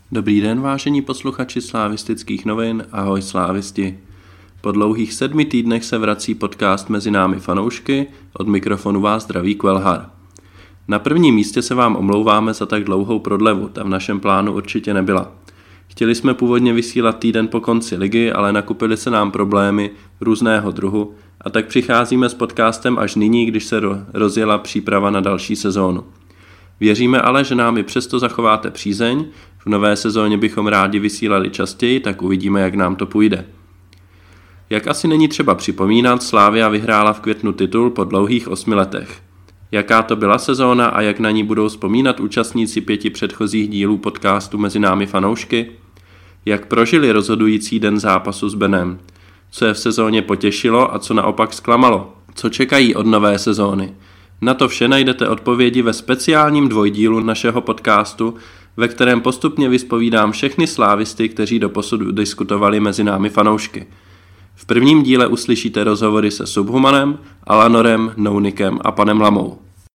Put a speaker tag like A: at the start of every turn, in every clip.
A: Dobrý den, vážení posluchači slávistických novin, ahoj slávisti. Po dlouhých 7 týdnech se vrací podcast Mezi námi fanoušky, od mikrofonu vás zdraví Kvelhar. Na prvním místě se vám omlouváme za tak dlouhou prodlevu, ta v našem plánu určitě nebyla. Chtěli jsme původně vysílat týden po konci ligy, ale nakupily se nám problémy různého druhu a tak přicházíme s podcastem až nyní, když se rozjela příprava na další sezónu. Věříme ale, že nám i přesto zachováte přízeň, v nové sezóně bychom rádi vysílali častěji, tak uvidíme, jak nám to půjde. Jak asi není třeba připomínat, Slavia vyhrála v květnu titul po dlouhých 8 letech. Jaká to byla sezóna a jak na ní budou vzpomínat účastníci 5 předchozích dílů podcastu Mezi námi fanoušky? Jak prožili rozhodující den zápasu s Benem? Co je v sezóně potěšilo a co naopak zklamalo? Co čekají od nové sezóny? Na to vše najdete odpovědi ve speciálním dvojdílu našeho podcastu, ve kterém postupně vyspovídám všechny slávisty, kteří doposud diskutovali mezi námi fanoušky. V prvním díle uslyšíte rozhovory se Subhumanem, Alanorem, Nounikem a panem Lamou.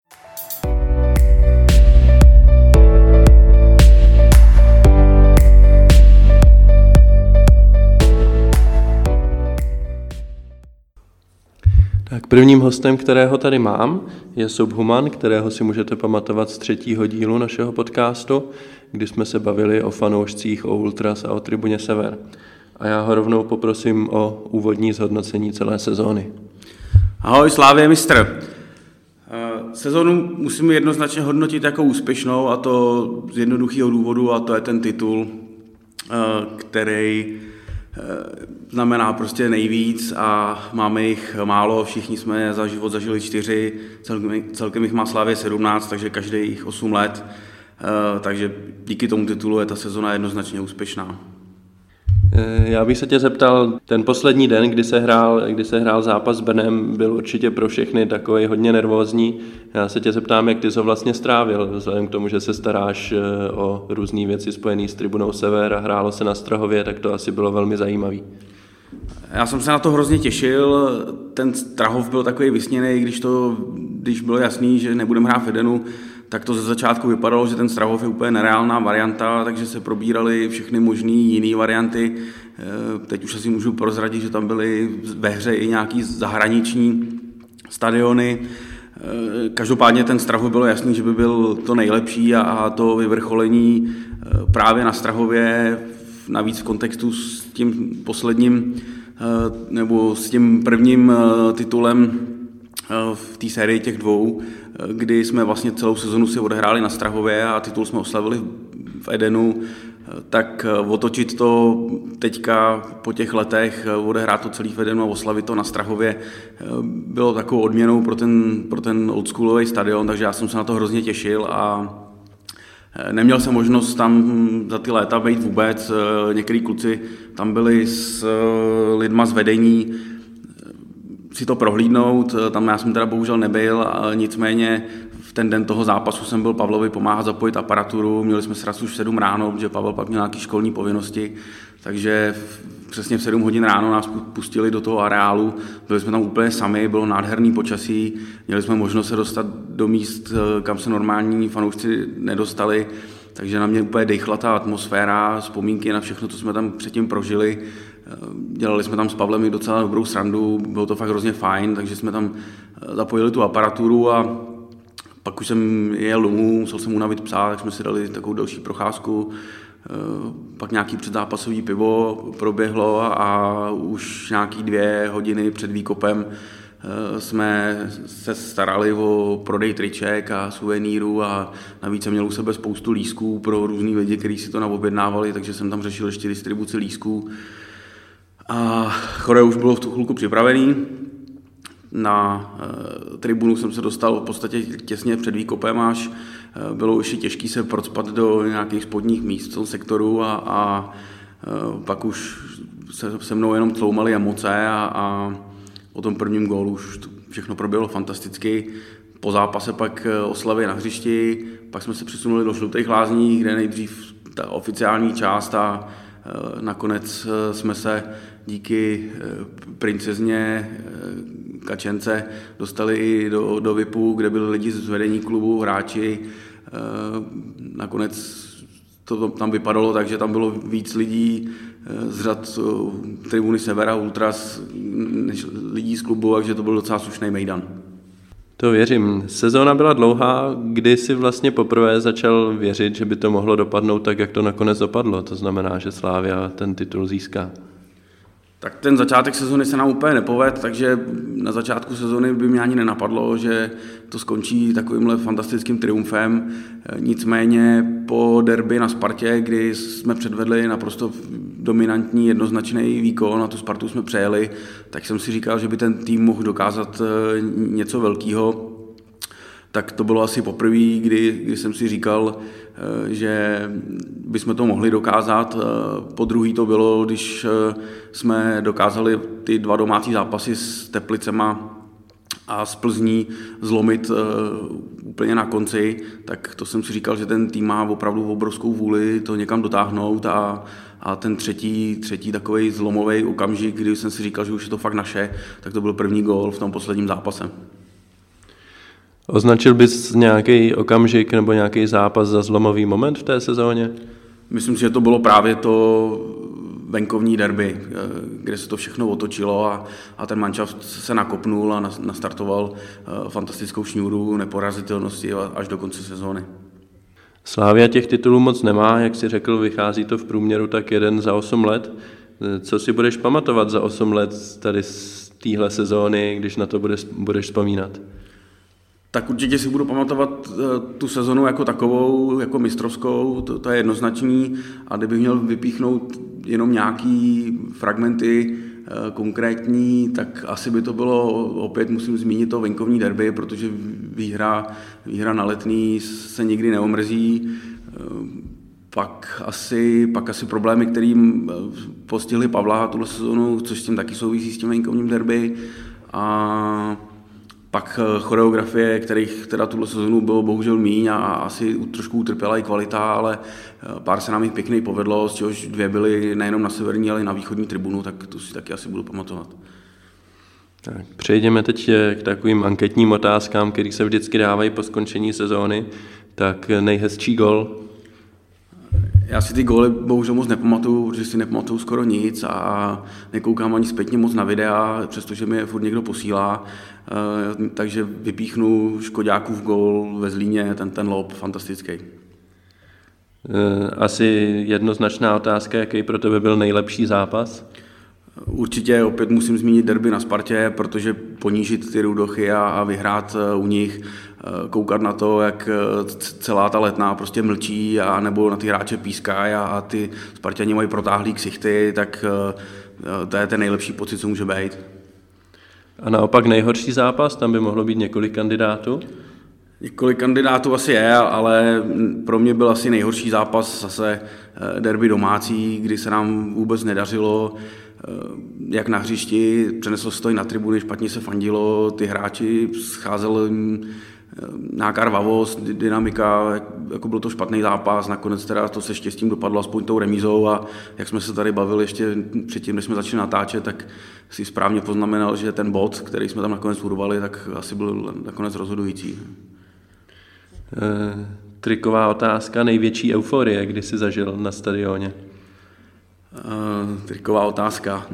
A: Tak prvním hostem, kterého tady mám, je Subhuman, kterého si můžete pamatovat z 3. dílu našeho podcastu, kdy jsme se bavili o fanoušcích, o Ultras a o Tribuně Sever. A já ho rovnou poprosím o úvodní zhodnocení celé sezóny.
B: Ahoj, Slávě mistr. Sezónu musíme jednoznačně hodnotit jako úspěšnou, a to z jednoduchého důvodu, a to je ten titul, který znamená prostě nejvíc a máme jich málo, všichni jsme za život zažili 4, celkem jich má Slavie 17, takže každý jich 8 let, takže díky tomu titulu je ta sezona jednoznačně úspěšná.
A: Já bych se tě zeptal, ten poslední den, kdy se hrál zápas s Benem, byl určitě pro všechny takový hodně nervózní. Já se tě zeptám, jak ty jsi ho vlastně strávil, vzhledem k tomu, že se staráš o různé věci spojené s Tribunou Sever a hrálo se na Strahově, tak to asi bylo velmi zajímavý.
B: Já jsem se na to hrozně těšil, ten Strahov byl takový vysněný, když bylo jasný, že nebudeme hrát v Edenu, tak to ze začátku vypadalo, že ten Strahov je úplně nereálná varianta, takže se probíraly všechny možné jiné varianty. Teď už asi můžu prozradit, že tam byly ve hře i nějaký zahraniční stadiony. Každopádně ten Strahov bylo jasný, že by byl to nejlepší a to vyvrcholení právě na Strahově, navíc v kontextu s tím posledním nebo s tím prvním titulem v té sérii těch 2, kdy jsme vlastně celou sezonu si odehráli na Strahově a titul jsme oslavili v Edenu, tak otočit to teďka po těch letech, odehrát to celý v Edenu a oslavit to na Strahově bylo takovou odměnou pro ten oldschoolový stadion, takže já jsem se na to hrozně těšil a neměl jsem možnost tam za ty léta být vůbec. Některý kluci tam byli s lidma z vedení si to prohlídnout, tam já jsem teda bohužel nebyl, nicméně v ten den toho zápasu jsem byl Pavlovi pomáhat zapojit aparaturu, měli jsme sraz už v 7 ráno, protože Pavel pak měl nějaké školní povinnosti, takže přesně v 7 hodin ráno nás pustili do toho areálu, byli jsme tam úplně sami, bylo nádherný počasí, měli jsme možnost se dostat do míst, kam se normální fanoušci nedostali, takže na mě úplně dejchla ta atmosféra, vzpomínky na všechno, co jsme tam předtím prožili. Dělali jsme tam s Pavlem i docela dobrou srandu, bylo to fakt hrozně fajn, takže jsme tam zapojili tu aparaturu a pak už jsem jel domů, musel jsem unavit psa, tak jsme si dali takovou další procházku. Pak nějaký předzápasový pivo proběhlo a už nějaký 2 hodiny před výkopem jsme se starali o prodej triček a suvenýrů a navíc jsem měl u sebe spoustu lístků pro různý lidi, kteří si to naobjednávali, takže jsem tam řešil ještě distribuci lístků. A choreo už bylo v tu chvilku připravený. Na tribunu jsem se dostal v podstatě těsně před výkopem, až bylo ještě těžké se procpat do nějakých spodních míst v tom sektoru a pak už se mnou jenom tloumaly emoce a po tom prvním gólu už všechno proběhlo fantasticky. Po zápase pak oslavy na hřišti, pak jsme se přesunuli do Žlutých lázní, kde nejdřív ta oficiální část a nakonec jsme se díky princezně Kačence dostali i do VIPu, kde byli lidi z vedení klubu, hráči. Nakonec to tam vypadalo tak, že tam bylo víc lidí z řad tribuny Severa, Ultras, než lidí z klubu, takže to byl docela slušný mejdan.
A: To věřím. Sezóna byla dlouhá, kdy si vlastně poprvé začal věřit, že by to mohlo dopadnout tak, jak to nakonec dopadlo. To znamená, že Slavia ten titul získá.
B: Tak ten začátek sezony se nám úplně nepovedl, takže na začátku sezony by mě ani nenapadlo, že to skončí takovýmhle fantastickým triumfem. Nicméně po derby na Spartě, kdy jsme předvedli naprosto dominantní, jednoznačný výkon a tu Spartu jsme přejeli, tak jsem si říkal, že by ten tým mohl dokázat něco velkého. Tak to bylo asi poprvé, kdy jsem si říkal, že bychom to mohli dokázat. Po druhý to bylo, když jsme dokázali ty 2 domácí zápasy s Teplicema a s Plzní zlomit úplně na konci, tak to jsem si říkal, že ten tým má opravdu obrovskou vůli to někam dotáhnout a ten třetí takovej zlomový okamžik, kdy jsem si říkal, že už je to fakt naše, tak to byl první gól v tom posledním zápase.
A: Označil bys nějaký okamžik nebo nějaký zápas za zlomový moment v té sezóně?
B: Myslím si, že to bylo právě to venkovní derby, kde se to všechno otočilo a ten manšaft se nakopnul a nastartoval fantastickou šňůru neporazitelnosti až do konce sezóny.
A: Slavia těch titulů moc nemá, jak si řekl, vychází to v průměru tak 1 za 8 let. Co si budeš pamatovat za 8 let tady z téhle sezóny, když na to budeš vzpomínat?
B: Tak určitě si budu pamatovat tu sezonu jako takovou, jako mistrovskou, to je jednoznačný. A kdybych měl vypíchnout jenom nějaký fragmenty konkrétní, tak asi by to bylo, opět musím zmínit to venkovní derby, protože výhra na Letný se nikdy neomrzí. Pak asi problémy, kterým postihly Pavla tuhle sezonu, což s tím taky souvisí s tím venkovním derby. A pak choreografie, kterých teda tuhle sezonu bylo bohužel míň a asi trošku utrpěla i kvalita, ale pár se nám jich pěkně povedlo, z čehož 2 byly nejenom na severní, ale i na východní tribunu, tak to si taky asi budu pamatovat.
A: Tak, přejdeme teď k takovým anketním otázkám, které se vždycky dávají po skončení sezóny. Tak nejhezčí gól?
B: Já si ty góly bohužel moc nepamatuju, protože si nepamatuju skoro nic a nekoukám ani zpětně moc na videa, přestože mi je furt někdo posílá. Takže vypíchnu Škoďákův gól ve Zlíně, ten lob, fantastický.
A: Asi jednoznačná otázka, jaký pro tebe byl nejlepší zápas?
B: Určitě opět musím zmínit derby na Spartě, protože ponížit ty Rudochy a vyhrát u nich, koukat na to, jak celá ta Letná prostě mlčí a nebo na ty hráče pískají a ty Sparťani mají protáhlý ksichty, tak to je ten nejlepší pocit, co může být.
A: A naopak nejhorší zápas, tam by mohlo být několik kandidátů?
B: Několik kandidátů asi je, ale pro mě byl asi nejhorší zápas zase derby domácí, kdy se nám vůbec nedařilo, jak na hřišti, přeneslo se to i na tribuny, špatně se fandilo, ty hráči scházeli nějaká rvavost, dynamika, jako byl to špatný zápas, nakonec teda to se štěstím dopadlo aspoň tou remízou a jak jsme se tady bavili ještě předtím, než jsme začali natáčet, tak si správně poznamenal, že ten bod, který jsme tam nakonec urvali, tak asi byl nakonec rozhodující.
A: Triková otázka, největší euforie, kdy jsi zažil na stadioně?
B: Triková otázka.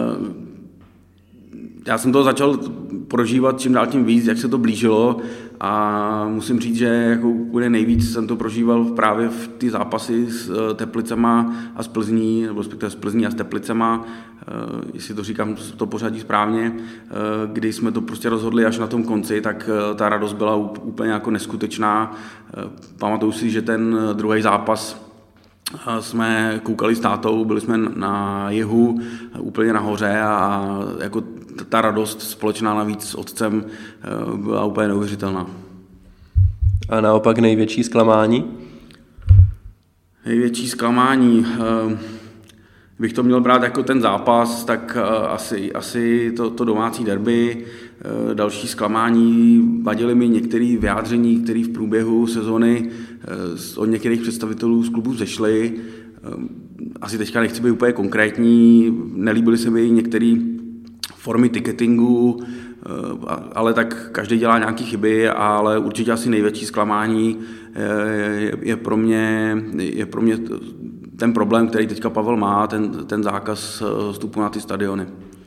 B: Já jsem to začal prožívat čím dál tím víc, jak se to blížilo a musím říct, že jako úplně nejvíc jsem to prožíval právě v ty zápasy s Teplicema a s Plzní, nebo respektive s Plzní a s Teplicema, jestli to říkám to pořadí správně, kdy jsme to prostě rozhodli až na tom konci, tak ta radost byla úplně jako neskutečná. Pamatuju si, že ten druhý zápas jsme koukali s tátou, byli jsme na jihu, úplně nahoře a jako ta radost společná navíc s otcem byla úplně neuvěřitelná.
A: A naopak největší zklamání?
B: Největší zklamání, bych to měl brát jako ten zápas, tak asi to domácí derby. Další zklamání, vadily mi některé vyjádření, které v průběhu sezony od některých představitelů z klubu zešly. Asi teďka nechci být úplně konkrétní, nelíbily se mi některé formy ticketingu, ale tak každý dělá nějaké chyby, ale určitě asi největší zklamání je pro mě ten problém, který teďka Pavel má, ten zákaz vstupu na ty stadiony.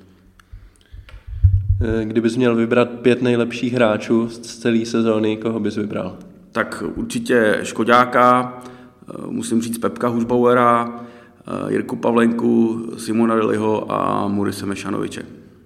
A: Kdybys měl vybrat 5 nejlepších hráčů z celé sezóny, koho bys vybral?
B: Tak určitě Škoďáka, musím říct Pepka Hušbauera, Jirku Pavlenku, Simona Deliho a Murise Mešanoviče.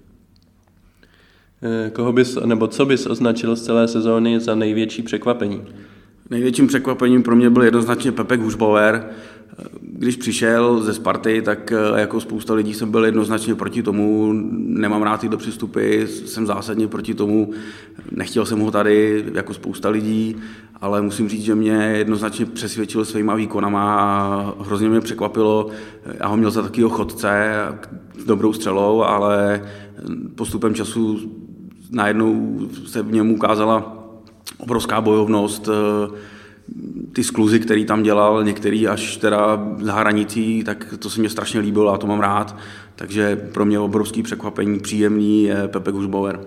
A: Koho bys, nebo co bys označil z celé sezóny za největší překvapení?
B: Největším překvapením pro mě byl jednoznačně Pepek Hušbauer. Když přišel ze Sparty, tak jako spousta lidí jsem byl jednoznačně proti tomu, nemám rád tyto přestupy, jsem zásadně proti tomu, nechtěl jsem ho tady jako spousta lidí, ale musím říct, že mě jednoznačně přesvědčil svýma výkonama a hrozně mě překvapilo. Já ho měl za takového chodce s dobrou střelou, ale postupem času najednou se v něm ukázala obrovská bojovnost, ty skluzy, který tam dělal, některý až teda za hranicí, tak to se mě strašně líbilo a to mám rád. Takže pro mě obrovský překvapení, příjemný je Pepek Hušbauer.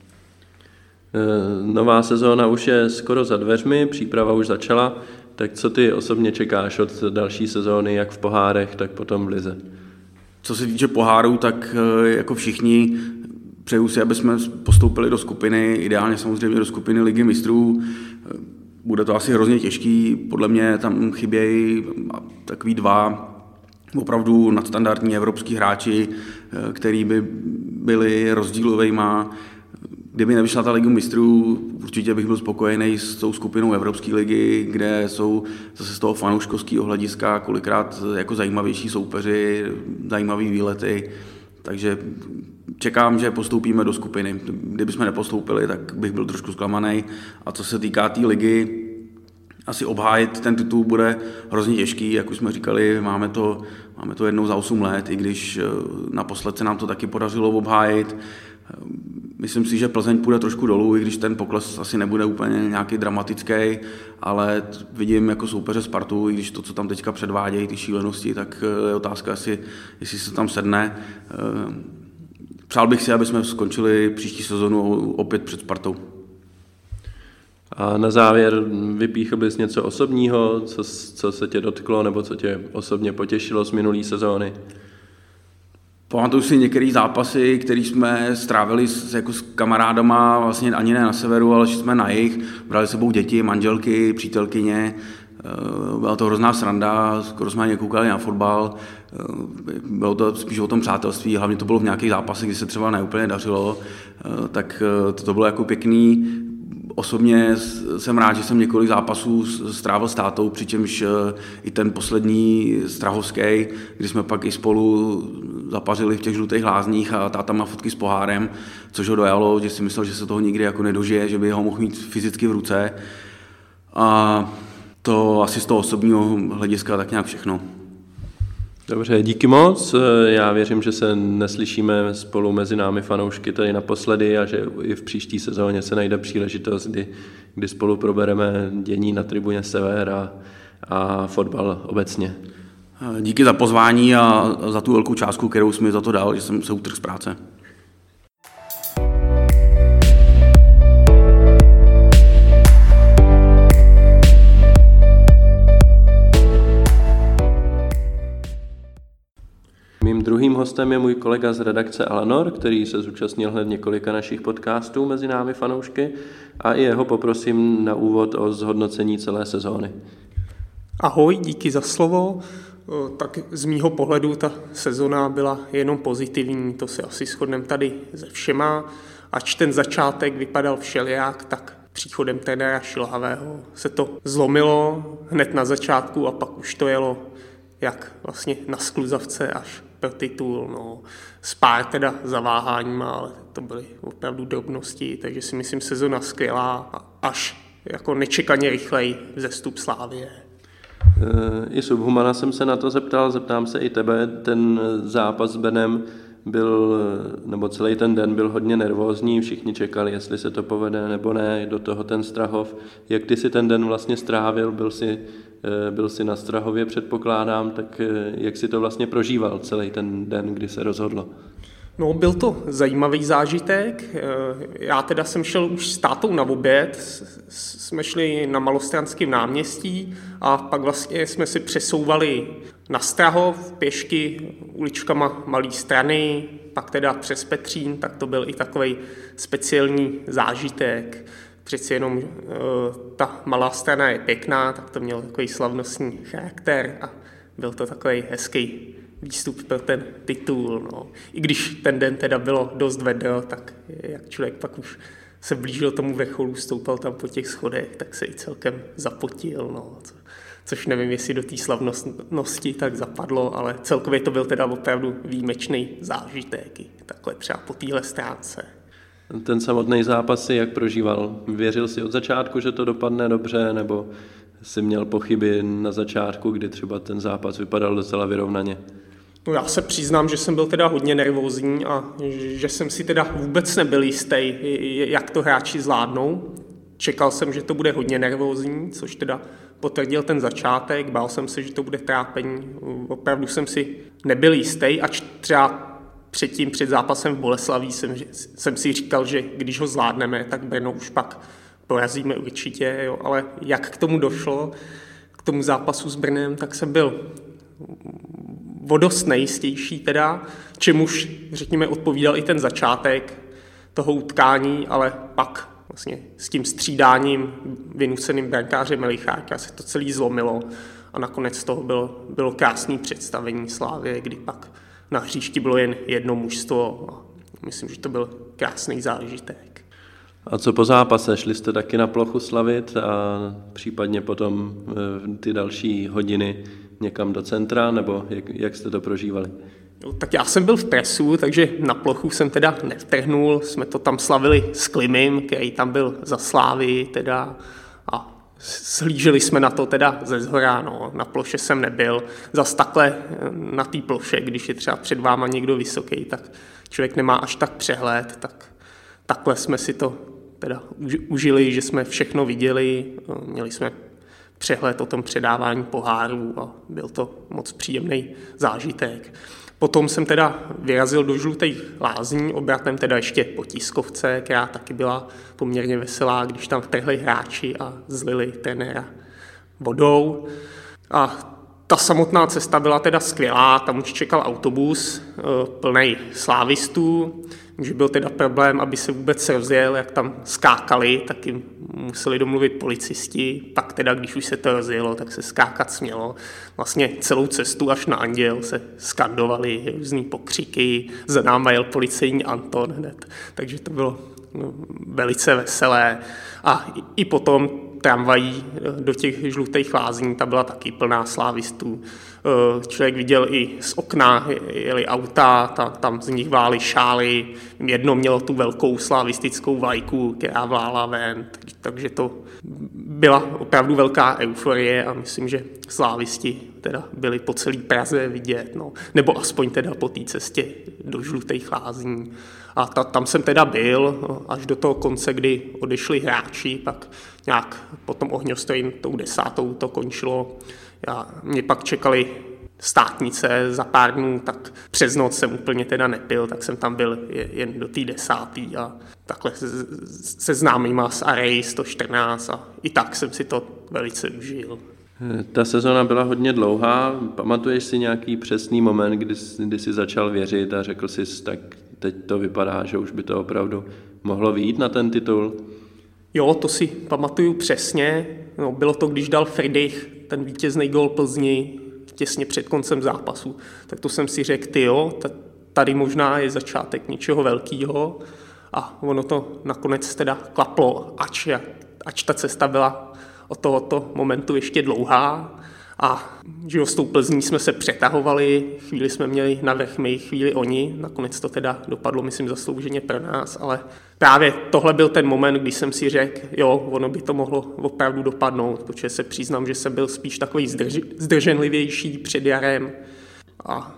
A: Nová sezóna už je skoro za dveřmi, příprava už začala, tak co ty osobně čekáš od další sezóny, jak v pohárech, tak potom v lize?
B: Co se týče pohárů, tak jako všichni přeju si, aby jsme postoupili do skupiny, ideálně samozřejmě do skupiny Ligy mistrů. Bude to asi hrozně těžký, podle mě tam chybějí takový 2 opravdu nadstandardní evropský hráči, který by byli rozdílovejma. Kdyby nevyšla ta Liga mistrů, určitě bych byl spokojený s tou skupinou Evropské ligy, kde jsou zase z toho fanouškovského hlediska kolikrát jako zajímavější soupeři, zajímavý výlety, takže čekám, že postoupíme do skupiny. Kdybychom nepostoupili, tak bych byl trošku zklamaný. A co se týká té ligy, asi obhájit ten titul bude hrozně těžký, jak už jsme říkali, máme to jednou za 8 let, i když naposled se nám to taky podařilo obhájit. Myslím si, že Plzeň půjde trošku dolů, i když ten pokles asi nebude úplně nějaký dramatický, ale vidím jako soupeře Spartu, i když to, co tam teďka předvádějí, ty šílenosti, tak je otázka, jestli se tam sedne. Přál bych si, aby jsme skončili příští sezonu opět před Spartou.
A: A na závěr vypíchl bys něco osobního, co se tě dotklo, nebo co tě osobně potěšilo z minulé sezóny?
B: Pamatuju si některé zápasy, které jsme strávili jako s kamarádama, vlastně ani ne na severu, ale jsme na jih, brali s sebou děti, manželky, přítelkyně, byla to hrozná sranda, skoro jsme koukali na fotbal, bylo to spíš o tom přátelství, hlavně to bylo v nějakých zápasech, kdy se třeba neúplně dařilo, tak to bylo jako pěkný. Osobně jsem rád, že jsem několik zápasů strávil s tátou, přičemž i ten poslední strahovský, kdy jsme pak i spolu zapařili v těch žlutých lázních a táta má fotky s pohárem, což ho dojalo, že si myslel, že se toho nikdy jako nedožije, že by ho mohl mít fyzicky v ruce. A to asi z toho osobního hlediska tak nějak všechno.
A: Dobře, díky moc. Já věřím, že se neslyšíme spolu mezi námi fanoušky tady naposledy a že i v příští sezóně se najde příležitost, kdy spolu probereme dění na tribuně Sever a fotbal obecně.
B: Díky za pozvání a za tu velkou částku, kterou jsi mi za to dal, že jsem se utrhl z práce.
A: Mým druhým hostem je můj kolega z redakce Alanor, který se zúčastnil hned několika našich podcastů mezi námi fanoušky a i jeho poprosím na úvod o zhodnocení celé sezóny.
C: Ahoj, díky za slovo. Tak z mýho pohledu ta sezona byla jenom pozitivní, to se asi shodneme tady se všema. Ač ten začátek vypadal všelijak, tak příchodem trenéra Šilhavého se to zlomilo hned na začátku a pak už to jelo jak vlastně na skluzavce až pro titul. No, s pár teda zaváháníma, ale to byly opravdu drobnosti, takže si myslím sezona skvělá až jako nečekaně rychlej vzestup Slavie.
A: I Subhumana jsem se na to zeptal, zeptám se i tebe, ten zápas s Benem byl, nebo celý ten den byl hodně nervózní, všichni čekali, jestli se to povede nebo ne, do toho ten Strahov. Jak ty si ten den vlastně strávil, byl si na Strahově, předpokládám, tak jak si to vlastně prožíval celý ten den, kdy se rozhodlo?
C: No, byl to zajímavý zážitek. Já teda jsem šel už s tátou na oběd, jsme šli na Malostranském náměstí a pak vlastně jsme si přesouvali na Strahov pěšky uličkama Malé Strany, pak teda přes Petřín, tak to byl i takovej speciální zážitek. Přeci jenom ta Malá Strana je pěkná, tak to mělo takový slavnostní charakter a byl to takový hezký výstup pro ten titul. No. I když ten den teda bylo dost vedro, tak jak člověk pak už se blížil tomu vrcholu, stoupal tam po těch schodech, tak se i celkem zapotil. No. Což nevím, jestli do té slavnostnosti tak zapadlo, ale celkově to byl teda opravdu výjimečný zážitek, takhle třeba po téhle stránce.
A: Ten samotný zápas si jak prožíval? Věřil si od začátku, že to dopadne dobře, nebo jsi měl pochyby na začátku, kdy třeba ten zápas vypadal docela vyrovnaně?
C: No, já se přiznám, že jsem byl teda hodně nervózní a že jsem si teda vůbec nebyl jistý, jak to hráči zvládnou. Čekal jsem, že to bude hodně nervózní, což teda potvrdil ten začátek, bál jsem se, že to bude trápení. Opravdu jsem si nebyl jistý, ač třeba před zápasem v Boleslaví jsem si říkal, že když ho zvládneme, tak Brno už pak porazíme určitě, jo. Ale jak k tomu došlo, k tomu zápasu s Brnem, tak jsem byl o dost nejistější teda, čemuž, řekněme, odpovídal i ten začátek toho utkání, ale pak vlastně s tím střídáním vynuceným brankářem Melicháka se to celé zlomilo a nakonec z toho bylo krásné představení Slávie, kdy pak na hřišti bylo jen jedno mužstvo a myslím, že to byl krásný zážitek.
A: A co po zápase? Šli jste taky na plochu slavit a případně potom ty další hodiny někam do centra, nebo jak jste to prožívali?
C: No, tak já jsem byl v presu, takže na plochu jsem teda nevtrhnul, jsme to tam slavili s Klimem, který tam byl za Slávy teda a slíželi jsme na to teda ze zhora, no. Na ploše jsem nebyl, zas takhle na té ploše, když je třeba před váma někdo vysoký, tak člověk nemá až tak přehled, tak takhle jsme si to teda užili, že jsme všechno viděli, měli jsme přehled o tom předávání pohárů a byl to moc příjemný zážitek. Potom jsem teda vyrazil do Žlutých lázní, obratem teda ještě po tiskovce, která taky byla poměrně veselá, když tam vtrhli hráči a zlili trenéra vodou. A ta samotná cesta byla teda skvělá, tam už čekal autobus plný slávistů, že byl teda problém, aby se vůbec rozjel, jak tam skákali, tak jim museli domluvit policisti, pak teda, když už se to rozjelo, tak se skákat smělo. Vlastně celou cestu až na Anděl se skandovali různý pokřiky, za náma jel policejní Anton hned, takže to bylo velice veselé. A i potom tramvají do těch Žlutých lázní, ta byla taky plná slávistů. Člověk viděl i z okna, jeli auta, tam z nich vály šály, jedno mělo tu velkou slavistickou vlajku, která vlála ven, takže to byla opravdu velká euforie a myslím, že slávisti teda byli po celé Praze vidět, no. Nebo aspoň teda po té cestě do Žlutých lázní. A tam jsem teda byl až do toho konce, kdy odešli hráči, pak nějak potom ohňostojím tou 10. to končilo. Mě pak čekali státnice za pár dnů, tak přes noc jsem úplně teda nepil, tak jsem tam byl jen do té 10. a takhle se známýma z Arej 114 a i tak jsem si to velice užil.
A: Ta sezona byla hodně dlouhá. Pamatuješ si nějaký přesný moment, kdy jsi začal věřit a řekl jsi, tak teď to vypadá, že už by to opravdu mohlo vyjít na ten titul?
C: Jo, to si pamatuju přesně. No, bylo to, když dal Friedrich ten vítězný gól Plzni těsně před koncem zápasu. Tak to jsem si řekl, tady možná je začátek něčeho velkého. A ono to nakonec teda klaplo, ač ta cesta byla od tohoto momentu ještě dlouhá. A že s tou Plzní jsme se přetahovali, chvíli jsme měli navrch my, chvíli oni, nakonec to teda dopadlo, myslím, zaslouženě pro nás, ale právě tohle byl ten moment, kdy jsem si řekl, jo, ono by to mohlo opravdu dopadnout, protože se přiznám, že jsem byl spíš takový zdrženlivější před jarem a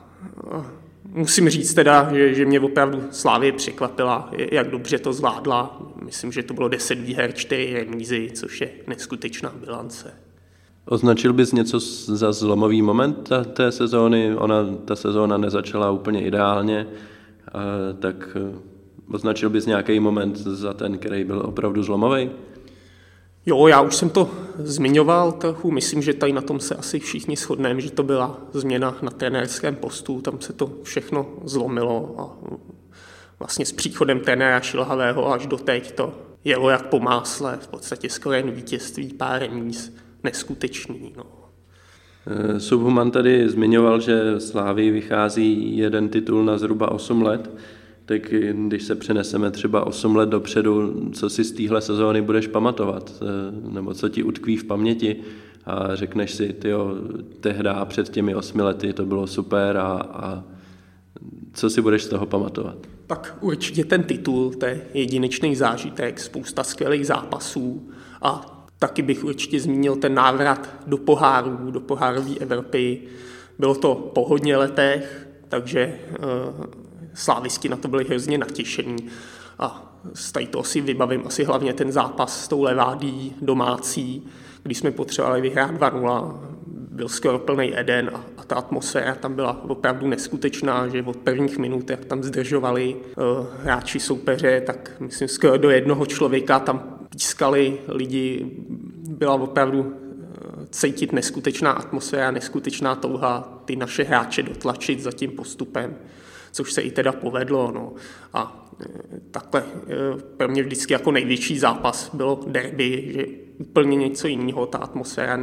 C: musím říct teda, že mě opravdu Slávie překvapila, jak dobře to zvládla. Myslím, že to bylo 10 výher, 4 remízy, což je neskutečná bilance.
A: Označil bys něco za zlomový moment té sezóny? Ta sezóna nezačala úplně ideálně. tak označil bys nějaký moment za ten, který byl opravdu zlomový?
C: Jo, já už jsem to zmiňoval trochu, myslím, že tady na tom se asi všichni shodneme, že to byla změna na trenérském postu, tam se to všechno zlomilo a vlastně s příchodem trenéra Šilhavého až doteď to jelo jak po másle, v podstatě skoro jen vítězství, pár remíz, neskutečný. No.
A: Subhuman tady zmiňoval, že Slávii vychází jeden titul na zhruba 8 let, tak když se přeneseme třeba 8 let dopředu, co si z téhle sezóny budeš pamatovat, nebo co ti utkví v paměti a řekneš si, tyjo, tehda před těmi 8 lety to bylo super a co si budeš z toho pamatovat?
C: Tak určitě ten titul, to je jedinečný zážitek, spousta skvělých zápasů a taky bych určitě zmínil ten návrat do pohárů, do pohárové Evropy. Bylo to po hodně letech, takže slávisti na to byli hrozně natěšení a z tady toho si vybavím asi hlavně ten zápas s tou Levádí domácí, kdy jsme potřebovali vyhrát 2-0, byl skoro plný Eden a ta atmosféra tam byla opravdu neskutečná, že od prvních minut, jak tam zdržovali hráči soupeře, tak myslím skoro do jednoho člověka tam pískali lidi, byla opravdu cítit neskutečná atmosféra, neskutečná touha ty naše hráče dotlačit za tím postupem, což se i teda povedlo. No. A takhle pro mě vždycky jako největší zápas bylo derby, že úplně něco jiného, ta atmosféra,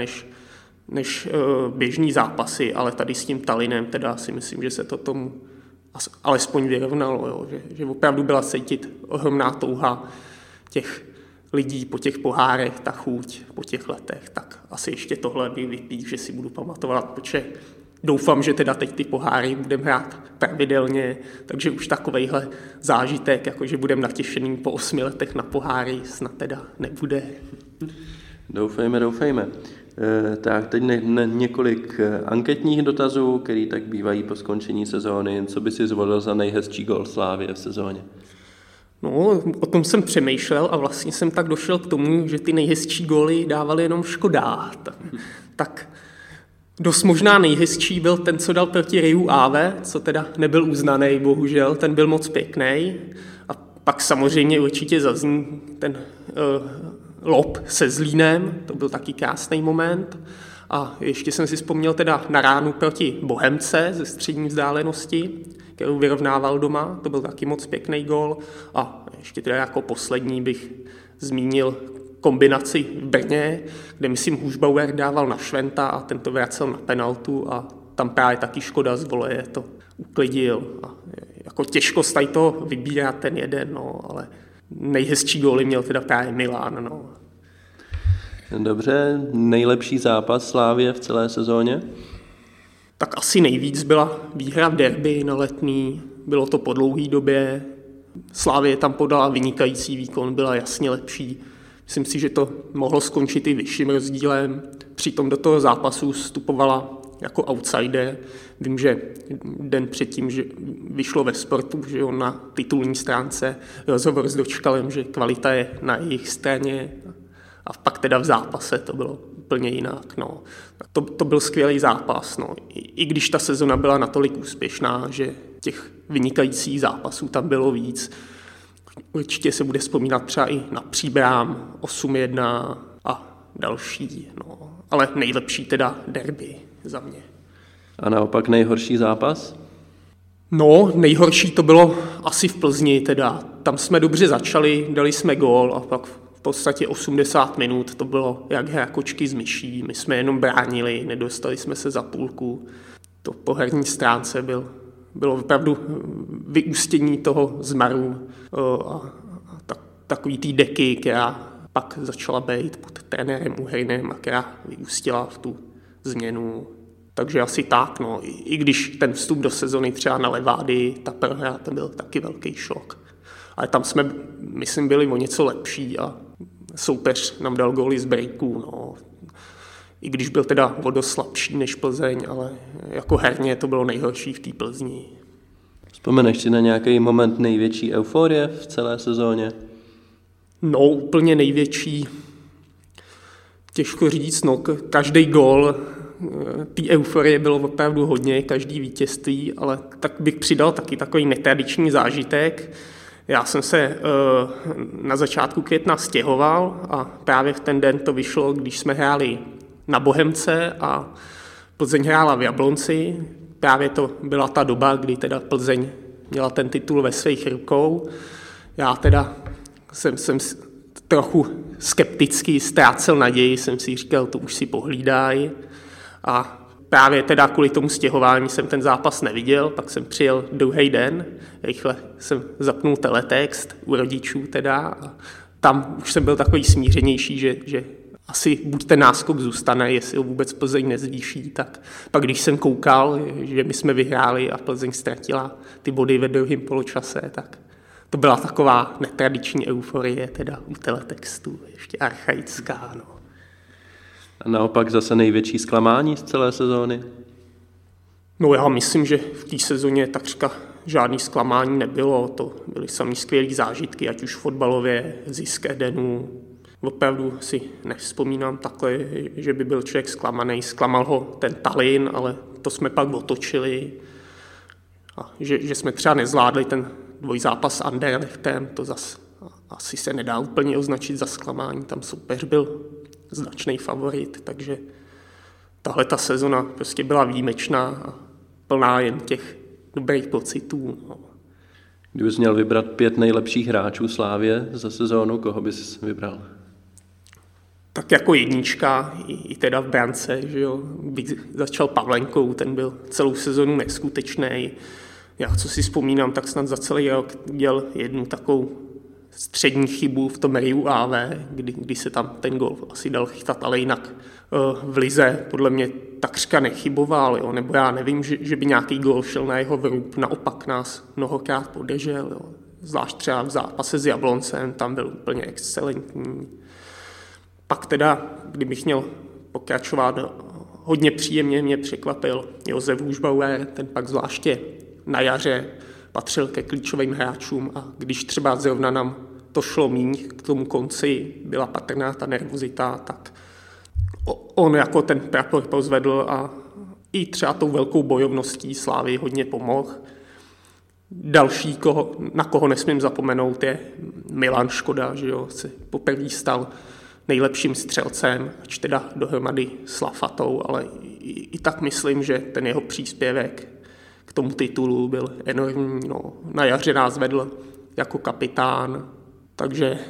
C: než běžní zápasy, ale tady s tím Tallinnem teda si myslím, že se to tomu alespoň vyrovnalo, jo, že opravdu byla cítit ohromná touha těch lidí po těch pohárech, ta chuť po těch letech, tak asi ještě tohle by vypít, že si budu pamatovat, protože doufám, že teda teď ty poháry budeme hrát pravidelně, takže už takovejhle zážitek, jakože budeme natěšený po 8 letech na poháry, snad teda nebude.
A: Doufejme. Tak teď několik anketních dotazů, které tak bývají po skončení sezóny. Co by si zvolil za nejhezčí gól Slávie v sezóně?
C: No, o tom jsem přemýšlel a vlastně jsem tak došel k tomu, že ty nejhezčí góly dávali jenom Škoda. Tak dost možná nejhezčí byl ten, co dal proti Riu Ave, co teda nebyl uznaný, bohužel, ten byl moc pěkný. A pak samozřejmě určitě zazní ten lob se Zlínem, to byl taky krásný moment. A ještě jsem si vzpomněl teda na ránu proti Bohemce ze střední vzdálenosti, kterou vyrovnával doma, to byl taky moc pěkný gól. A ještě teda jako poslední bych zmínil kombinaci v Brně, kde myslím Hůžbauer dával na Šventa a ten to vracel na penaltu a tam právě taky Škoda z voleje to uklidil. A jako těžko z toho vybírat ten jeden, no, ale nejhezčí góly měl teda právě Milan. No.
A: Dobře, nejlepší zápas Slávie v celé sezóně?
C: Tak asi nejvíc byla výhra v derby na Letný, bylo to po dlouhé době. Slávie tam podala vynikající výkon, byla jasně lepší. Myslím si, že to mohlo skončit i vyšším rozdílem. Přitom do toho zápasu vstupovala jako outsider. Vím, že den předtím, že vyšlo ve Sportu, že on na titulní stránce rozhovor s Dočkalem, že kvalita je na jejich straně a pak teda v zápase to bylo úplně jinak. No. To byl skvělý zápas. No. I když ta sezona byla natolik úspěšná, že těch vynikajících zápasů tam bylo víc. Určitě se bude vzpomínat třeba i na Příbram 8-1 a další. No. Ale nejlepší teda derby za mě.
A: A naopak nejhorší zápas?
C: No, nejhorší to bylo asi v Plzni teda. Tam jsme dobře začali, dali jsme gól a pak v podstatě 80 minut to bylo jak hra kočky z myší. My jsme jenom bránili, nedostali jsme se za půlku. To po herní stránce bylo opravdu vyústění toho zmaru a takový té deky, která pak začala být pod trenérem Uhrynem a která vyústila v tu změnu. Takže asi tak, no. I když ten vstup do sezony třeba na Levády, ta prohra, to byl taky velký šok. Ale tam jsme, myslím, byli o něco lepší a soupeř nám dal góly z breaků, no. I když byl teda o dost slabší než Plzeň, ale jako herně to bylo nejhorší v té Plzni.
A: Vzpomeneš si na nějaký moment největší euforie v celé sezóně?
C: No, úplně největší. Těžko říct, no, každý gól, té euforie bylo opravdu hodně, každý vítězství, ale tak bych přidal taky takový netradiční zážitek. Já jsem se na začátku května stěhoval a právě v ten den to vyšlo, když jsme hráli na Bohemce a Plzeň hrála v Jablonci. Právě to byla ta doba, kdy teda Plzeň měla ten titul ve svých rukou. Já teda jsem trochu skepticky ztrácel naději, jsem si říkal, to už si pohlídají. A právě teda kvůli tomu stěhování jsem ten zápas neviděl, pak jsem přijel druhý den, rychle jsem zapnul teletext u rodičů teda a tam už jsem byl takový smířenější, že asi buď ten náskok zůstane, jestli ho vůbec Plzeň nezvýší, tak pak když jsem koukal, že my jsme vyhráli a Plzeň ztratila ty body ve druhém poločase, tak to byla taková netradiční euforie teda u teletextu, ještě archaická, no.
A: A naopak zase největší zklamání z celé sezóny?
C: No já myslím, že v té sezóně takřka žádný zklamání nebylo, to byly samý skvělý zážitky, ať už fotbalově, zisk Edenu. Opravdu si nevzpomínám takhle, že by byl člověk zklamaný. Zklamal ho ten Tallinn, ale to jsme pak otočili. A že jsme třeba nezvládli ten dvojzápas s Anderlechtem, to zase asi se nedá úplně označit za zklamání. Tam soupeř byl značný favorit, takže tahle ta sezona prostě byla výjimečná a plná jen těch dobrých pocitů. No.
A: Kdybys měl vybrat 5 nejlepších hráčů Slávie za sezónu, koho bys vybral?
C: Tak jako jednička, i teda v brance, že jo, bych začal Pavlenkou, ten byl celou sezonu neskutečný. Já co si vzpomínám, tak snad za celý rok dělal jednu takovou střední chybu v tom Riu AV, kdy se tam ten gol asi dal chytat, ale jinak v lize podle mě takřka nechyboval, jo, nebo já nevím, že by nějaký gol šel na jeho vrub, naopak nás mnohokrát podržel, jo. Zvlášť třeba v zápase s Jabloncem, tam byl úplně excelentní. Pak teda, kdybych měl pokračovat, hodně příjemně mě překvapil Josef Hůžbauer, ten pak zvláště na jaře patřil ke klíčovým hráčům a když třeba zrovna nám to šlo míň, k tomu konci byla patrná ta nervozita, tak on jako ten prapor pozvedl a i třeba tou velkou bojovností Slávy hodně pomohl. Další, na koho nesmím zapomenout, je Milan Škoda, že jo, se poprvé stal nejlepším střelcem, ač teda dohromady s Lafatou, ale i tak myslím, že ten jeho příspěvek k tomu titulu byl enormní. No. Na jaře nás vedl jako kapitán, takže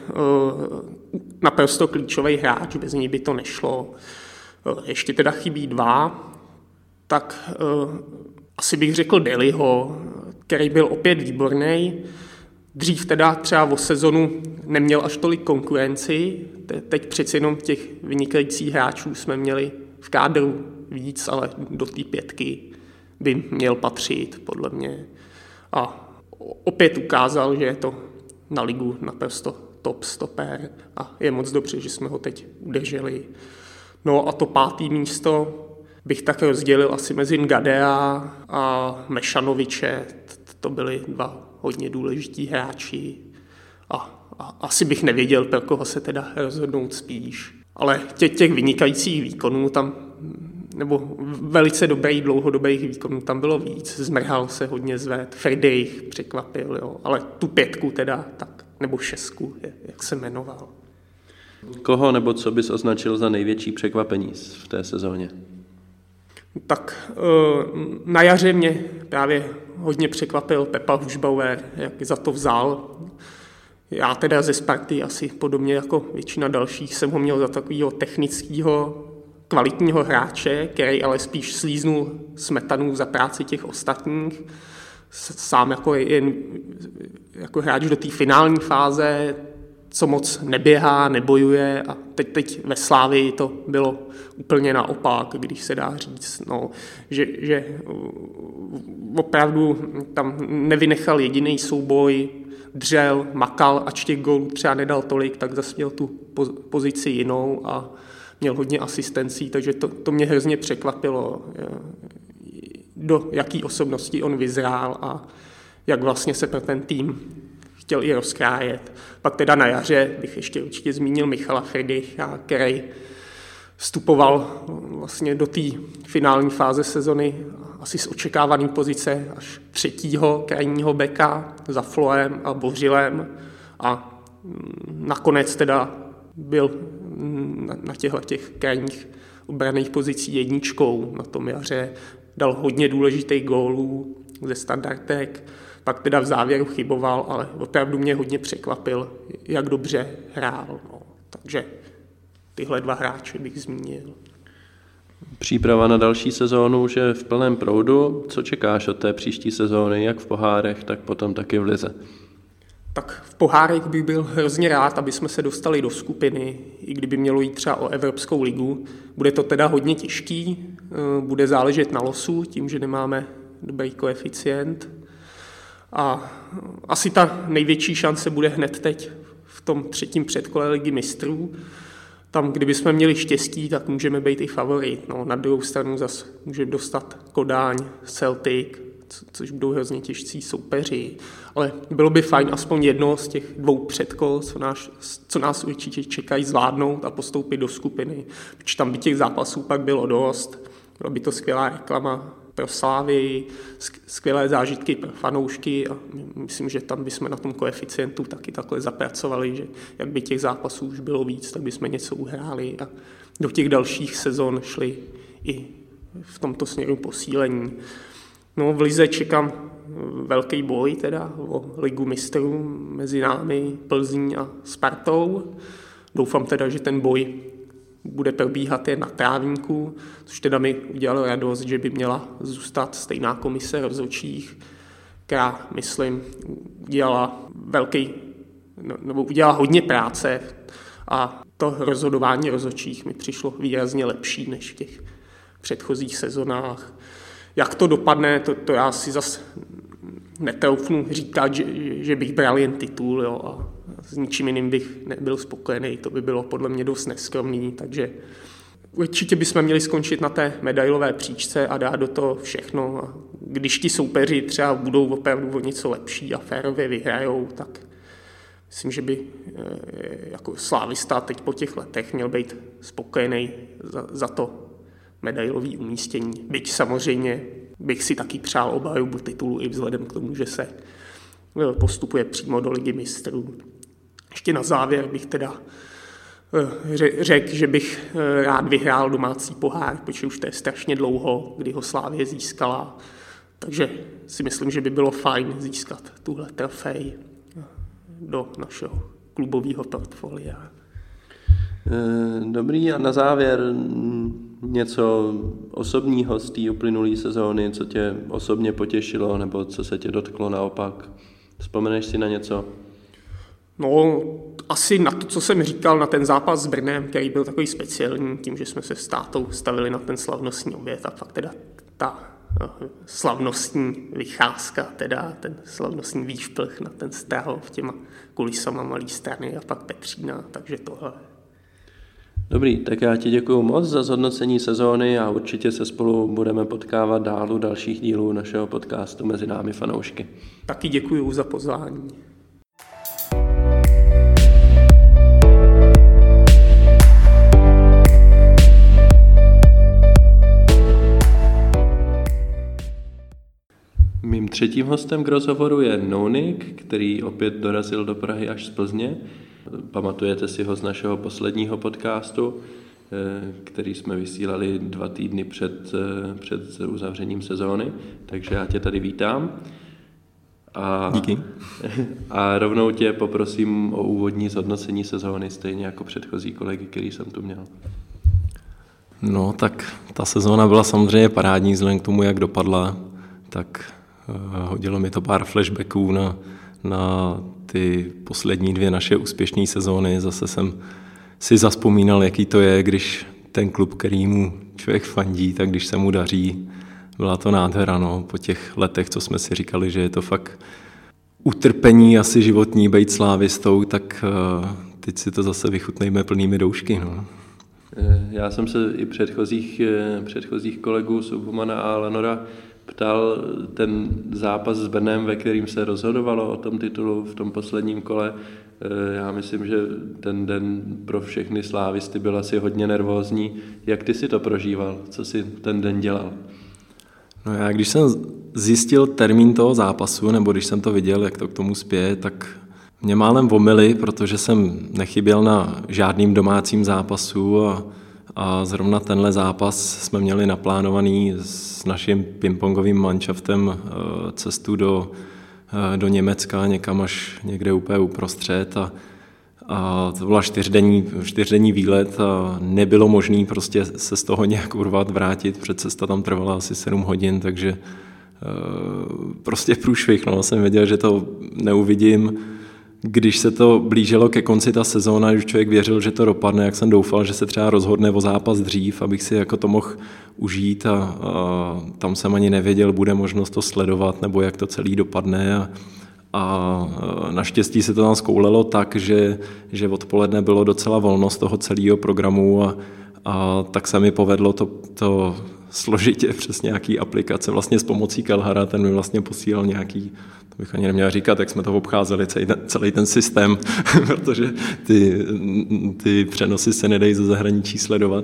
C: naprosto klíčový hráč, bez ní by to nešlo. Ještě teda chybí 2, tak asi bych řekl Deliho, který byl opět výborný. Dřív teda třeba o sezonu neměl až tolik konkurenci, teď přeci jenom těch vynikajících hráčů jsme měli v kádru víc, ale do té 5 by měl patřit, podle mě. A opět ukázal, že je to na ligu naprosto top stoper a je moc dobře, že jsme ho teď udrželi. No a to 5. místo bych tak rozdělil asi mezi Ngadea a Mešanoviče. To byli 2 hodně důležití hráči a asi bych nevěděl, pro koho se teda rozhodnout spíš. Ale těch vynikajících výkonů tam, nebo velice dobrých dlouhodobých výkonů tam bylo víc. Zmrhal se hodně zved, Friedrich překvapil, jo. Ale tu 5 teda, tak, nebo 6, jak se jmenoval.
A: Koho nebo co bys označil za největší překvapení v té sezóně?
C: Tak na jaře mě právě hodně překvapil Pepa Hůžbauer, jak za to vzal. Já teda ze Sparty asi podobně jako většina dalších jsem ho měl za takového technického, kvalitního hráče, který ale spíš slíznul smetanu za práci těch ostatních. Sám jako hráč do té finální fáze, co moc neběhá, nebojuje a teď ve Slávii to bylo úplně naopak, když se dá říct, no, že opravdu tam nevynechal jediný souboj, dřel, makal, ač těch gólů třeba nedal tolik, tak zase měl tu pozici jinou a měl hodně asistencí, takže to mě hrozně překvapilo, do jaký osobnosti on vyzrál a jak vlastně se pro ten tým chtěl i rozkrájet. Pak teda na jaře bych ještě určitě zmínil Michala Friedricha, který vstupoval vlastně do té finální fáze sezony asi z očekávané pozice až 3. krajního beka za Floem a Bořilem a nakonec teda byl na těch krajních obranných pozicí 1 na tom jaře, dal hodně důležitých gólů ze standardek, pak teda v závěru chyboval, ale opravdu mě hodně překvapil, jak dobře hrál. No. Takže tyhle 2 hráče bych zmínil.
A: Příprava na další sezónu už je v plném proudu. Co čekáš od té příští sezóny, jak v pohárech, tak potom taky v lize?
C: Tak v pohárech bych byl hrozně rád, aby jsme se dostali do skupiny, i kdyby mělo jít třeba o Evropskou ligu. Bude to teda hodně těžký, bude záležet na losu, tím, že nemáme dobrý koeficient. A asi ta největší šance bude hned teď v tom 3. předkole Ligy mistrů. Tam, kdybychom měli štěstí, tak můžeme být i favorit. No, na druhou stranu zase můžeme dostat Kodáň, Celtic, což budou hrozně těžcí soupeři. Ale bylo by fajn aspoň jedno z těch 2 předkol, co nás určitě čekají, zvládnout a postoupit do skupiny. Protože tam by těch zápasů pak bylo dost. Byla by to skvělá reklama pro Slávy, skvělé zážitky pro fanoušky a myslím, že tam bychom na tom koeficientu taky takhle zapracovali, že jak by těch zápasů už bylo víc, tak bychom něco uhráli a do těch dalších sezon šli i v tomto směru posílení. No, v lize čekám velký boj teda o Ligu mistrů mezi námi, Plzní a Spartou. Doufám teda, že ten boj bude probíhat jen na trávníku, což teda mi udělalo radost, že by měla zůstat stejná komise rozhodčích, která, myslím, udělala hodně práce a to rozhodování rozhodčích mi přišlo výrazně lepší než v těch předchozích sezonách. Jak to dopadne, to já si zase netroufnu říkat, že bych bral jen titul, jo, a s ničím jiným bych nebyl spokojený, to by bylo podle mě dost neskromný, takže určitě bychom měli skončit na té medailové příčce a dát do toho všechno. A když ti soupeři třeba budou opravdu o něco lepší a férově vyhrajou, tak myslím, že by jako slávista teď po těch letech měl být spokojený za to medailové umístění. Byť samozřejmě bych si taky přál obhajobu titulu i vzhledem k tomu, že se postupuje přímo do Ligy mistrů. Ještě na závěr bych teda řekl, že bych rád vyhrál domácí pohár, protože už to je strašně dlouho, kdy ho Slavie získala. Takže si myslím, že by bylo fajn získat tuhle trofej do našeho klubového portfolia.
A: Dobrý, a na závěr něco osobního z té uplynulé sezóny, co tě osobně potěšilo, nebo co se tě dotklo naopak? Vzpomeneš si na něco?
C: No, asi na to, co jsem říkal, na ten zápas s Brnem, který byl takový speciální, tím, že jsme se s tátou stavili na ten slavnostní oběd a fakt teda ta slavnostní vycházka, teda ten slavnostní výšplch na ten Strahov těma kulisama Malý Strany a pak Petřína, takže tohle.
A: Dobrý, tak já ti děkuju moc za zhodnocení sezóny a určitě se spolu budeme potkávat dál u dalších dílů našeho podcastu Mezi námi fanoušky.
C: Taky děkuju za pozvání.
A: Mým třetím hostem k rozhovoru je Nounik, který opět dorazil do Prahy až z Plzně. Pamatujete si ho z našeho posledního podcastu, který jsme vysílali 2 týdny před uzavřením sezóny, takže já tě tady vítám.
D: Díky.
A: A rovnou tě poprosím o úvodní zhodnocení sezóny, stejně jako předchozí kolegy, který jsem tu měl.
D: No, tak ta sezóna byla samozřejmě parádní, vzhledem k tomu, jak dopadla, tak hodilo mi to pár flashbacků na ty poslední 2 naše úspěšné sezóny. Zase jsem si zazpomínal, jaký to je, když ten klub, kterýmu člověk fandí, tak když se mu daří, byla to nádhera, no. Po těch letech, co jsme si říkali, že je to fakt utrpení asi životní být slávistou, tak teď si to zase vychutnejme plnými doušky, no.
A: Já jsem se i předchozích kolegů Subhumana a Lenora ptal, ten zápas s Brnem, ve kterým se rozhodovalo o tom titulu v tom posledním kole, já myslím, že ten den pro všechny slávisty byl asi hodně nervózní. Jak ty si to prožíval? Co si ten den dělal?
D: No já, když jsem zjistil termín toho zápasu, nebo když jsem to viděl, jak to k tomu spěje, tak mě málem omyli, protože jsem nechyběl na žádným domácím zápasu a zrovna tenhle zápas jsme měli naplánovaný s naším pingpongovým manšaftem cestu do Německa, někam až někde úplně uprostřed a to byla čtyřdenní výlet a nebylo možné prostě se z toho nějak urvat, vrátit, protože cesta tam trvala asi 7 hodin, takže prostě průšvih, no, jsem věděl, že to neuvidím. Když se to blížilo ke konci ta sezóna, když člověk věřil, že to dopadne, jak jsem doufal, že se třeba rozhodne o zápas dřív, abych si jako to mohl užít a tam jsem ani nevěděl, bude možnost to sledovat nebo jak to celý dopadne a naštěstí se to tam zkoulelo tak, že odpoledne bylo docela volno z toho celého programu a tak se mi povedlo to složitě přes nějaký aplikace, vlastně s pomocí Kelhara, ten mi vlastně posílal nějaký, to bych ani neměl říkat, jak jsme to obcházeli, celý ten systém, protože ty přenosy se nedají ze zahraničí sledovat.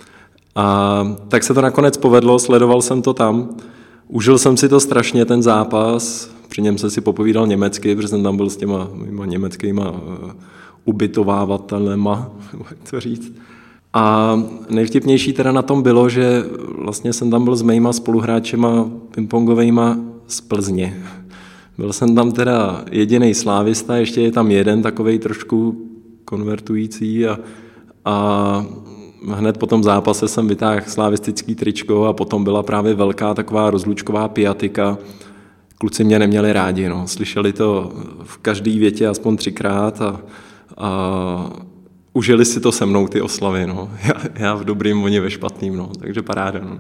D: A tak se to nakonec povedlo, sledoval jsem to tam, užil jsem si to strašně, ten zápas, při něm jsem si popovídal německy, protože jsem tam byl s těma německýma ubytovávatelema, jak to říct. A nejvtipnější teda na tom bylo, že vlastně jsem tam byl s mýma spoluhráčema pingpongovejma z Plzně. Byl jsem tam teda jedinej slávista, ještě je tam jeden takovej trošku konvertující a hned po tom zápase jsem vytáhl slavistický tričko a potom byla právě velká taková rozlučková pijatika. Kluci mě neměli rádi, no. Slyšeli to v každý větě aspoň 3krát a užili si to se mnou, ty oslavy, no. Já v dobrým, oni ve špatným, no. Takže paráda, no.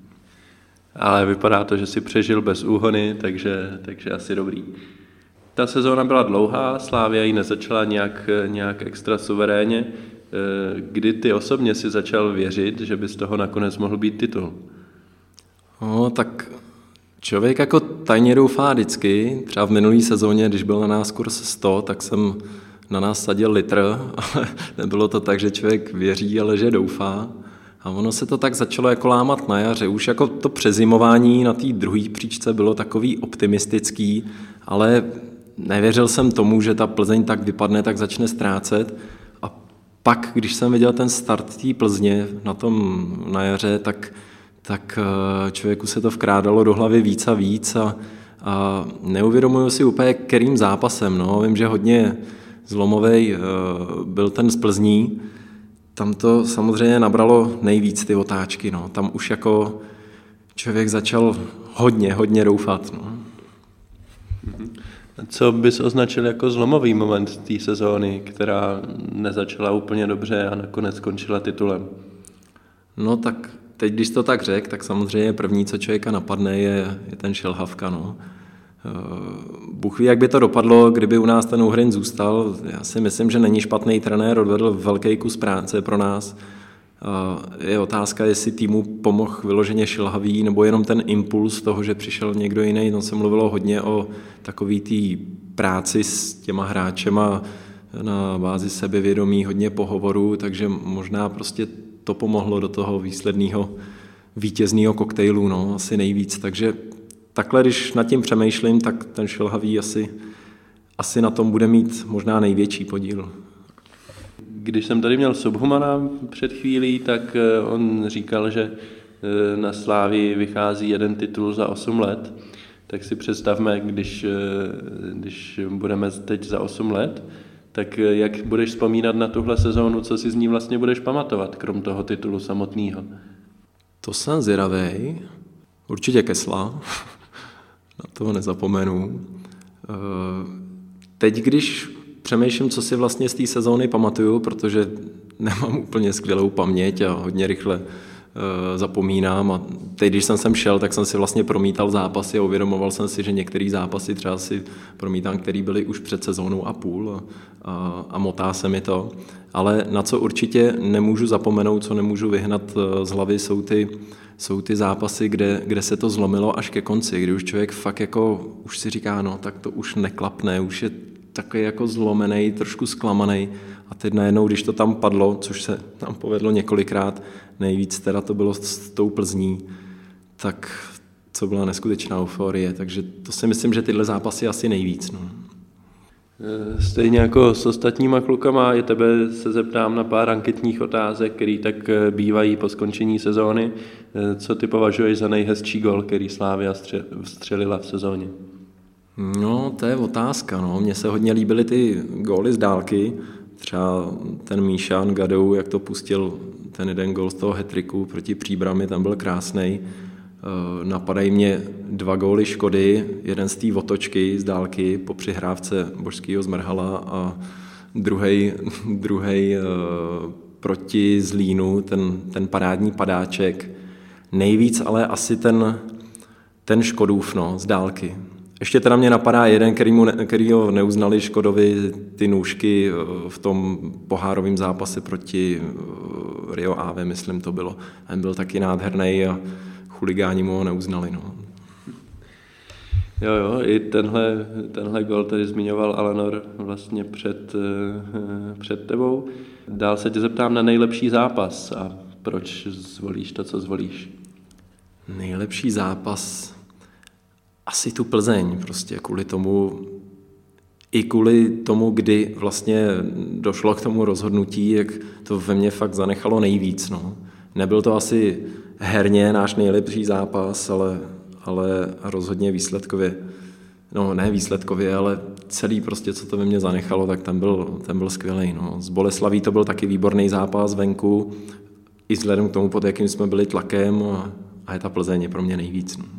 A: Ale vypadá to, že si přežil bez úhony, takže asi dobrý. Ta sezóna byla dlouhá, Slavia ji nezačala nějak extra suverénně. Kdy ty osobně si začal věřit, že by z toho nakonec mohl být titul?
D: No, tak člověk jako tajně doufá vždycky. Třeba v minulý sezóně, když byl na nás kurz 100, tak jsem na nás sadil litr, ale nebylo to tak, že člověk věří, ale že doufá. A ono se to tak začalo jako lámat na jaře. Už jako to přezimování na té druhé příčce bylo takový optimistický, ale nevěřil jsem tomu, že ta Plzeň tak vypadne, tak začne ztrácet. A pak, když jsem viděl ten start té Plzně na jaře, tak člověku se to vkrádalo do hlavy víc a víc a neuvědomuju si úplně, kterým zápasem. No. Vím, že hodně zlomovej byl ten z Plzní. Tam to samozřejmě nabralo nejvíc ty otáčky. No. Tam už jako člověk začal hodně doufat. No.
A: Co bys označil jako zlomový moment té sezóny, která nezačala úplně dobře a nakonec skončila titulem?
D: No tak teď, když to tak řek, tak samozřejmě první, co člověka napadne, je ten Šilhavka. No. Bůh ví, jak by to dopadlo, kdyby u nás ten Uhrin zůstal. Já si myslím, že není špatný trenér, odvedl velký kus práce pro nás. Je otázka, jestli týmu pomohl vyloženě Šilhavý, nebo jenom ten impuls toho, že přišel někdo jiný. Tam se mluvilo hodně o takový té práci s těma hráčema na bázi sebevědomí, hodně pohovorů, takže možná prostě to pomohlo do toho výsledného vítězného koktejlu, no, asi nejvíc. Takže takhle, když nad tím přemýšlím, tak ten Šilhavý asi na tom bude mít možná největší podíl.
A: Když jsem tady měl Subhumana před chvílí, tak on říkal, že na Slávii vychází jeden titul za 8 let. Tak si představme, když budeme teď za 8 let, tak jak budeš vzpomínat na tuhle sezónu, co si z ní vlastně budeš pamatovat, krom toho titulu samotného?
D: To jsem zvědavej. Určitě Kesla. Na toho nezapomenu. Teď, když přemýšlím, co si vlastně z té sezóny pamatuju, protože nemám úplně skvělou paměť a hodně rychle zapomínám. A teď, když jsem sem šel, tak jsem si vlastně promítal zápasy a uvědomoval jsem si, že některé zápasy třeba si promítám, které byly už před sezónou a půl a motá se mi to. Ale na co určitě nemůžu zapomenout, co nemůžu vyhnat z hlavy, jsou ty jsou ty zápasy, kde se to zlomilo až ke konci, kdy už člověk fakt jako, už si říká, no tak to už neklapne, už je takový jako zlomený, trošku zklamaný. A teď najednou, když to tam padlo, což se tam povedlo několikrát, nejvíc teda to bylo s tou Plzní, tak co byla neskutečná euforie. Takže to si myslím, že tyhle zápasy asi nejvíc. No.
A: Stejně jako s ostatníma klukama, i tebe se zeptám na pár anketních otázek, které tak bývají po skončení sezóny. Co ty považuješ za nejhezčí gol, který Slavia vstřelila v sezóně?
D: No, to je otázka. No. Mně se hodně líbily ty góly z dálky. Třeba ten Míšan Gadou, jak to pustil ten jeden gól z toho hat-tricku proti Příbrami, tam byl krásnej. Napadají mě 2 góly Škody, jeden z té otočky z dálky po přihrávce Božského Zmrhala a druhej proti Zlínu, ten parádní padáček. Nejvíc ale asi ten Škodův, no, z dálky. Ještě teda mě napadá jeden, který ho neuznali Škodovi, ty nůžky v tom pohárovém zápase proti Rio Ave, myslím to bylo. Ten byl taky nádherný a chuligáni mu ho neuznali. No.
A: Jo, i tenhle gol tady zmiňoval Alanor vlastně před tebou. Dál se tě zeptám na nejlepší zápas a proč zvolíš to, co zvolíš?
D: Nejlepší zápas asi tu Plzeň, prostě kvůli tomu, kdy vlastně došlo k tomu rozhodnutí, jak to ve mně fakt zanechalo nejvíc. No. Nebyl to asi herně náš nejlepší zápas, ale rozhodně výsledkově, no ne výsledkově, ale celý prostě, co to ve mně zanechalo, tak ten byl skvělej. No. Z Boleslaví to byl taky výborný zápas venku, i vzhledem k tomu, pod jakým jsme byli tlakem, a je ta Plzeň je pro mě nejvíc. No.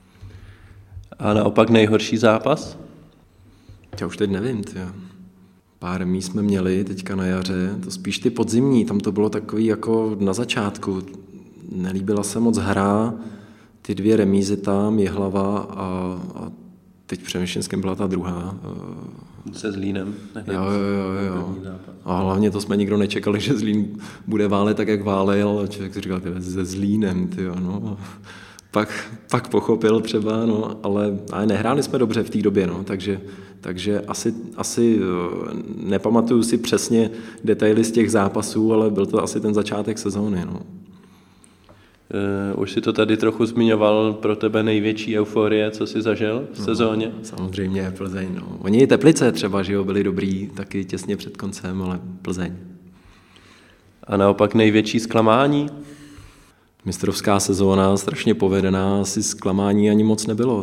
A: A naopak nejhorší zápas?
D: Já už teď nevím, Pár míst jsme měli teďka na jaře, to spíš ty podzimní, tam to bylo takový jako na začátku. Nelíbila se moc hra, ty 2 remízy tam, Jihlava a teď přemýšlím, s kým byla ta druhá.
A: Se Zlínem.
D: Jo. A hlavně to jsme nikdo nečekali, že Zlín bude válet tak, jak válel, a člověk si říkal, se Zlínem, no. Pak pochopil třeba, no, ale nehráli jsme dobře v té době, no, takže asi nepamatuju si přesně detaily z těch zápasů, ale byl to asi ten začátek sezóny. No.
A: Už si to tady trochu zmiňoval, pro tebe největší euforie, co jsi zažil v sezóně?
D: Samozřejmě Plzeň. No. Oni i Teplice třeba, že jo, byli dobrý taky těsně před koncem, ale Plzeň.
A: A naopak největší zklamání?
D: Mistrovská sezóna, strašně povedená, asi zklamání ani moc nebylo.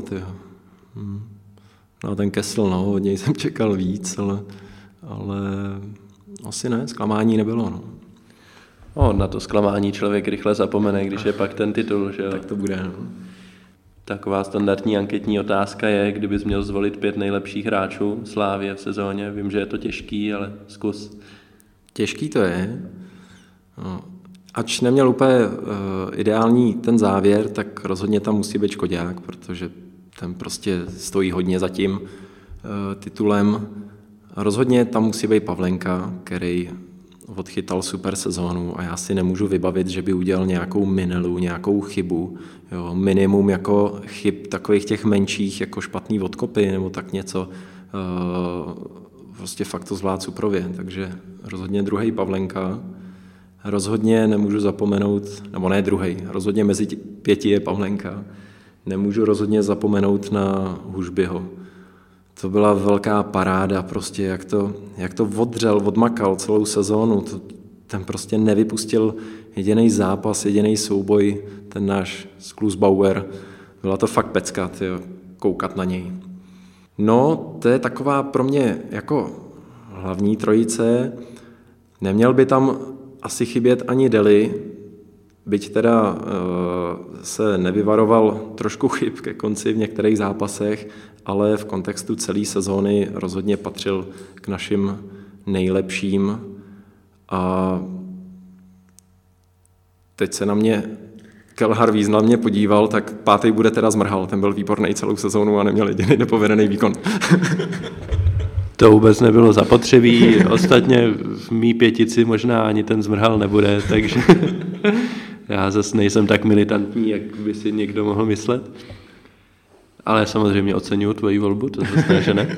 D: No a ten Kessel, no, od něj jsem čekal víc, ale asi ne, zklamání nebylo. No.
A: Na to zklamání člověk rychle zapomene, když je pak ten titul, že jo?
D: Tak to bude, no.
A: Taková standardní anketní otázka je, kdybys měl zvolit 5 nejlepších hráčů Slavie v sezóně. Vím, že je to těžký, ale zkus.
D: Těžký to je. No. Ač neměl úplně ideální ten závěr, tak rozhodně tam musí být Škoďák, protože ten prostě stojí hodně za tím titulem. A rozhodně tam musí být Pavlenka, který odchytal super sezónu a já si nemůžu vybavit, že by udělal nějakou minelu, nějakou chybu. Jo, minimum jako chyb takových těch menších, jako špatný odkopy nebo tak něco. Prostě fakt to zvládl suprově, takže rozhodně druhý Pavlenka. Rozhodně nemůžu zapomenout, nebo ne druhej, rozhodně mezi 5 je Pavlenka. Nemůžu rozhodně zapomenout na Hušbyho. To byla velká paráda, prostě jak to odmakal celou sezónu. Ten prostě nevypustil jediný zápas, jediný souboj, ten náš Sklusbauer. Byla to fakt pecka, koukat na něj. No, to je taková pro mě jako hlavní trojice. Neměl by tam asi chybět ani Deli, byť teda se nevyvaroval trošku chyb ke konci v některých zápasech, ale v kontextu celé sezóny rozhodně patřil k našim nejlepším. A teď se na mě Kelhar významně podíval, tak 5. bude teda Zmrhal, ten byl výborný celou sezónu a neměl jediný nepovedený výkon.
A: To vůbec nebylo zapotřebí, ostatně v mý 5 možná ani ten Zmrhal nebude, takže Já zase nejsem tak militantní, jak by si někdo mohl myslet. Ale samozřejmě oceňuji tvoji volbu, to zase že ne.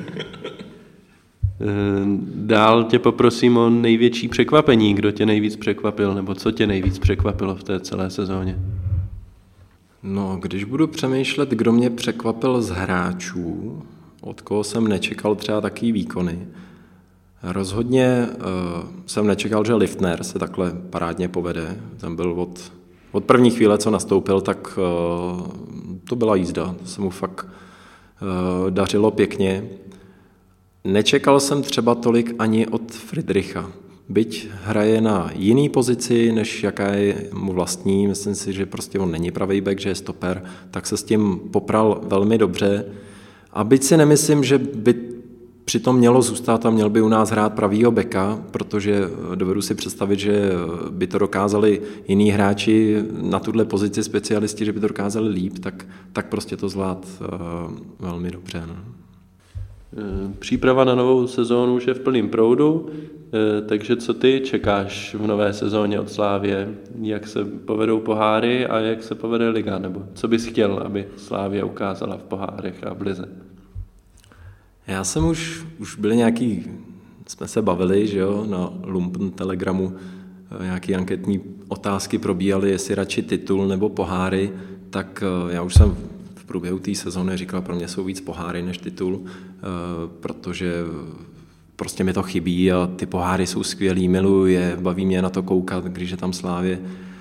A: Dál tě poprosím o největší překvapení. Kdo tě nejvíc překvapil, nebo co tě nejvíc překvapilo v té celé sezóně?
D: No, když budu přemýšlet, kdo mě překvapil z hráčů, od koho jsem nečekal třeba takový výkony, rozhodně jsem nečekal, že Liftner se takhle parádně povede. Ten byl od první chvíle, co nastoupil, tak to byla jízda. To se mu fakt dařilo pěkně. Nečekal jsem třeba tolik ani od Friedricha. Byť hraje na jiný pozici, než jaká je mu vlastní, myslím si, že prostě on není pravý back, že je stoper, tak se s tím popral velmi dobře. A byť si nemyslím, že by přitom mělo zůstat a měl by u nás hrát pravýho beka, protože dovedu si představit, že by to dokázali jiní hráči na tuhle pozici specialisti, že by to dokázali líp, tak prostě to zvlád velmi dobře. No.
A: Příprava na novou sezónu už je v plném proudu, takže co ty čekáš v nové sezóně od Slavie? Jak se povedou poháry a jak se povede liga? Nebo co bys chtěl, aby Slavia ukázala v pohárech a v lize?
D: Já jsem už byli nějaký, jsme se bavili, že jo, na Lumpen Telegramu, nějaké anketní otázky probíhaly, jestli radši titul nebo poháry, tak já už jsem v průběhu té sezóny říkal, pro mě jsou víc poháry než titul, protože prostě mi to chybí a ty poháry jsou skvělý, miluji je, baví mě na to koukat, když je tam Slavie.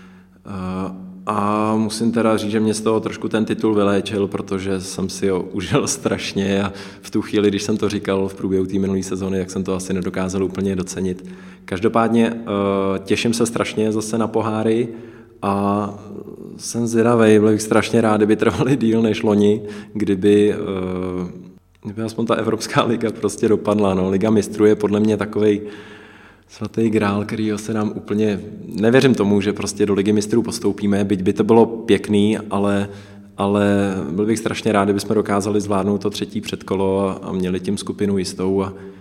D: A musím teda říct, že mě z toho trošku ten titul vyléčil, protože jsem si ho užil strašně a v tu chvíli, když jsem to říkal v průběhu té minulé sezóny, tak jsem to asi nedokázal úplně docenit. Každopádně těším se strašně zase na poháry a jsem zvědavej, byl bych strašně rád, kdyby trvali díl než loni, kdyby aspoň ta Evropská liga prostě dopadla. No. Liga mistrů je podle mě takovej svatý grál, kterýho se nám úplně... Nevěřím tomu, že prostě do Ligy mistrů postoupíme, byť by to bylo pěkný, ale byl bych strašně rád, kdybychom dokázali zvládnout to třetí předkolo a měli tím skupinu jistou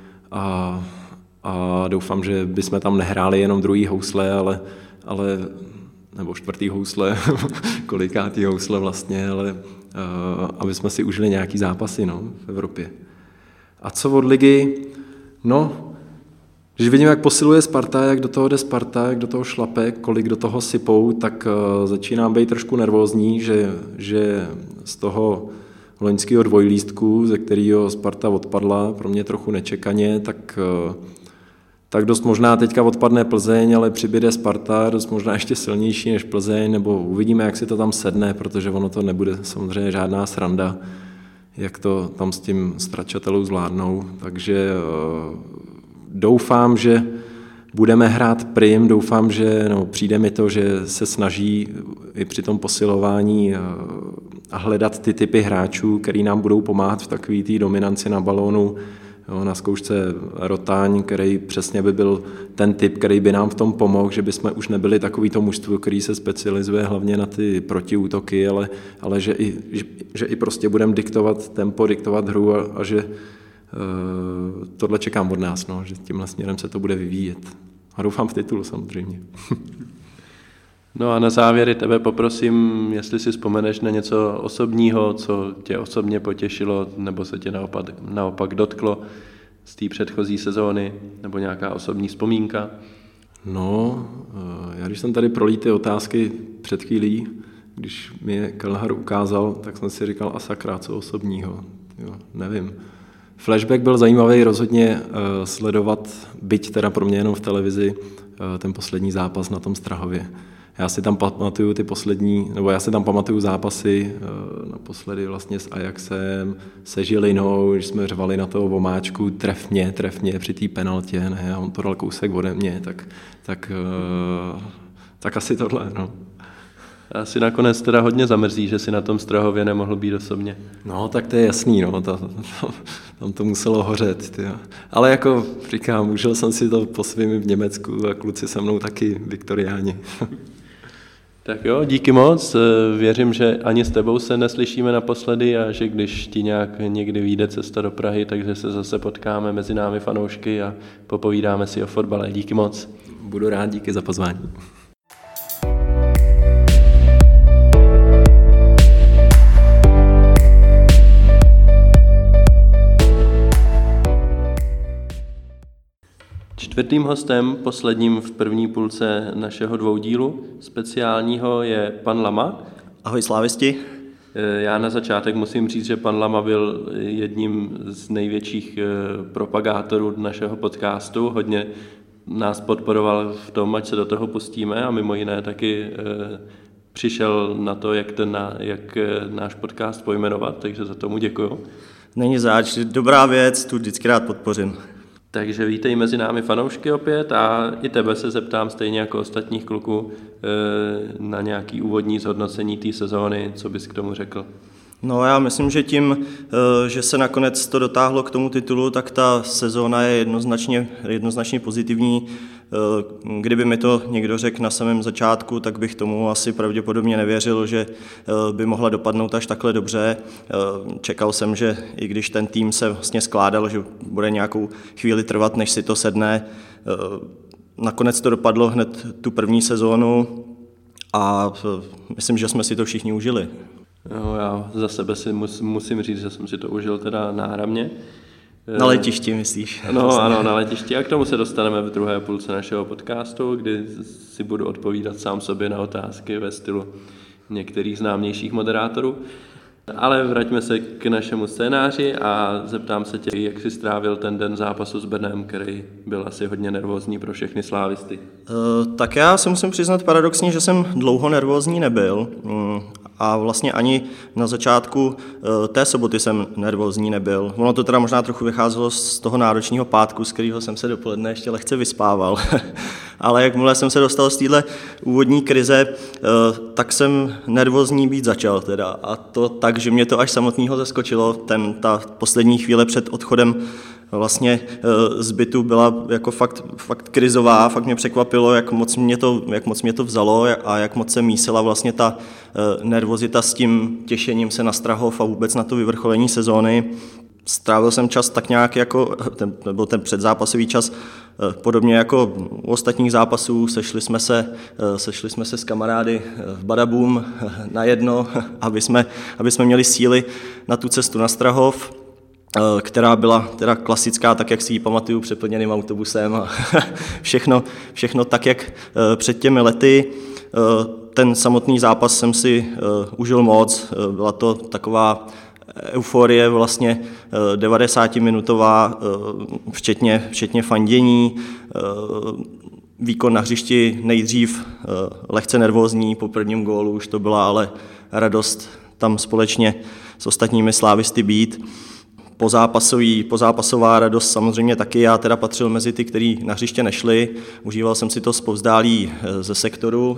D: a doufám, že bychom tam nehráli jenom druhý housle, ale nebo čtvrtý housle, kolikátý housle vlastně, ale aby jsme si užili nějaký zápasy v Evropě. A co od ligy? No, když vidím, jak posiluje Sparta, jak do toho jde Sparta, jak do toho šlape, kolik do toho sypou, tak začínám být trošku nervózní, že z toho loňského dvojlístku, ze kterého Sparta odpadla, pro mě trochu nečekaně, tak dost možná teďka odpadne Plzeň, ale přibyde Sparta, dost možná ještě silnější než Plzeň, nebo uvidíme, jak si to tam sedne, protože ono to nebude samozřejmě žádná sranda, jak to tam s tím ztračatelou zvládnou, takže doufám, že budeme hrát prim, doufám, že přijde mi to, že se snaží i při tom posilování hledat ty typy hráčů, který nám budou pomáhat v takové té dominanci na balónu. Na zkoušce Rotáň, který přesně by byl ten typ, který by nám v tom pomohl, že bychom už nebyli takovýto mužstvo, který se specializuje hlavně na ty protiútoky, ale že i prostě budeme diktovat tempo, diktovat hru a že tohle čekám od nás, že tímhle směrem se to bude vyvíjet. A doufám v titul samozřejmě.
A: No a na závěr tebe poprosím, jestli si vzpomeneš na něco osobního, co tě osobně potěšilo, nebo se tě naopak dotklo z té předchozí sezóny, nebo nějaká osobní vzpomínka?
D: No, já když jsem tady prolít ty otázky před chvílí, když mi je Kelleher ukázal, tak jsem si říkal, a sakra, co osobního, nevím. Flashback byl zajímavý rozhodně sledovat, byť teda pro mě jenom v televizi, ten poslední zápas na tom Strahově. Já si tam pamatuju zápasy naposledy vlastně s Ajaxem, se Žilinou, když jsme řvali na toho Vomáčku, tref mě při té penaltě, ne, a on to dal kousek ode mě, tak asi tohle, no.
A: Asi nakonec teda hodně zamrzí, že si na tom Strahově nemohl být osobně.
D: No, tak to je jasný, tam to muselo hořet. Ale jako říkám, užil jsem si to po svým v Německu a kluci se mnou taky viktoriáni.
A: Tak jo, díky moc. Věřím, že ani s tebou se neslyšíme naposledy a že když ti nějak někdy vyjde cesta do Prahy, takže se zase potkáme mezi námi fanoušky a popovídáme si o fotbale. Díky moc.
D: Budu rád, díky za pozvání.
A: Čtvrtým hostem, posledním v první půlce našeho dvoudílu speciálního, je pan Lama.
E: Ahoj slávisti.
A: Já na začátek musím říct, že pan Lama byl jedním z největších propagátorů našeho podcastu. Hodně nás podporoval v tom, ať se do toho pustíme, a mimo jiné taky přišel na to, jak náš podcast pojmenovat, takže za tomu děkuju.
E: Není zač, dobrá věc, tu vždycky rád podpořím.
A: Takže vítej mezi námi fanoušky opět a i tebe se zeptám stejně jako ostatních kluků na nějaký úvodní zhodnocení té sezóny, co bys k tomu řekl?
E: No já myslím, že tím, že se nakonec to dotáhlo k tomu titulu, tak ta sezóna je jednoznačně pozitivní. Kdyby mi to někdo řekl na samém začátku, tak bych tomu asi pravděpodobně nevěřil, že by mohla dopadnout až takhle dobře. Čekal jsem, že i když ten tým se vlastně skládal, že bude nějakou chvíli trvat, než si to sedne. Nakonec to dopadlo hned tu první sezónu a myslím, že jsme si to všichni užili.
A: No, já za sebe si musím říct, že jsem si to užil teda náramně.
E: Na letišti, myslíš?
A: No ano, na letišti, a k tomu se dostaneme v druhé půlce našeho podcastu, kdy si budu odpovídat sám sobě na otázky ve stylu některých známějších moderátorů. Ale vraťme se k našemu scénáři a zeptám se tě, jak jsi strávil ten den zápasu s Brnem, který byl asi hodně nervózní pro všechny slávisty.
E: Tak já se musím přiznat paradoxně, že jsem dlouho nervózní nebyl a vlastně ani na začátku té soboty jsem nervózní nebyl. Ono to teda možná trochu vycházelo z toho náročného pátku, z kterého jsem se dopoledne ještě lehce vyspával. Ale jakmile jsem se dostal z téhle úvodní krize, tak jsem nervózní být začal teda. A to tak, že mě to až samotného zaskočilo. Ta poslední chvíle před odchodem vlastně z bytu byla jako fakt krizová, fakt mě překvapilo, jak moc mě to vzalo a jak moc se mísila vlastně ta nervozita s tím těšením se na Strahov a vůbec na to vyvrcholení sezóny. Strávil jsem čas tak nějak jako, ten předzápasový čas, podobně jako u ostatních zápasů, sešli jsme se s kamarády v Badabum na jedno, aby jsme měli síly na tu cestu na Strahov, která byla teda klasická, tak jak si ji pamatuju, přeplněným autobusem a všechno tak, jak před těmi lety. Ten samotný zápas jsem si užil moc, byla to taková euforie vlastně 90-minutová, včetně fandění, výkon na hřišti nejdřív lehce nervózní, po prvním gólu už to byla ale radost tam společně s ostatními slávisty být. Pozápasová radost samozřejmě taky, já teda patřil mezi ty, kteří na hřiště nešli, užíval jsem si to zpovzdálí ze sektoru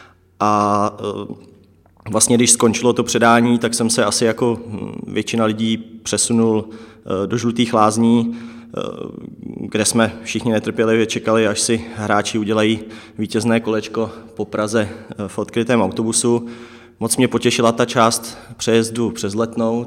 E: a vlastně když skončilo to předání, tak jsem se asi jako většina lidí přesunul do Žlutých Lázní, kde jsme všichni netrpělivě čekali, až si hráči udělají vítězné kolečko po Praze v odkrytém autobusu. Moc mě potěšila ta část přejezdu přes Letnou,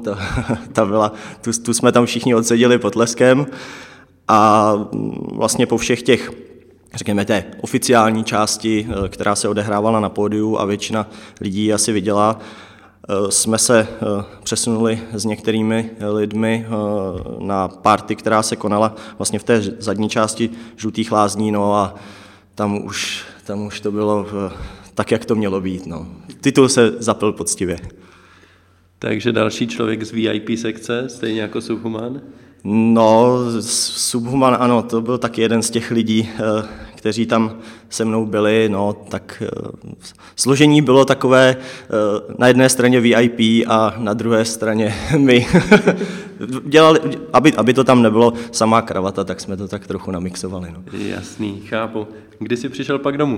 E: tu jsme tam všichni odseděli potleskem a vlastně po všech těch, řekněme, té oficiální části, která se odehrávala na pódiu a většina lidí asi viděla, jsme se přesunuli s některými lidmi na party, která se konala vlastně v té zadní části Žlutých Lázní, no a tam už to bylo tak, jak to mělo být. No. Titul se zapil poctivě.
A: Takže další člověk z VIP sekce, stejně jako Subhuman?
E: No, Subhuman, ano, to byl taky jeden z těch lidí, kteří tam se mnou byli, no, tak složení bylo takové, na jedné straně VIP a na druhé straně my. Dělali, aby to tam nebylo samá kravata, tak jsme to tak trochu namixovali. No.
A: Jasný, chápu. Kdy jsi přišel pak domů?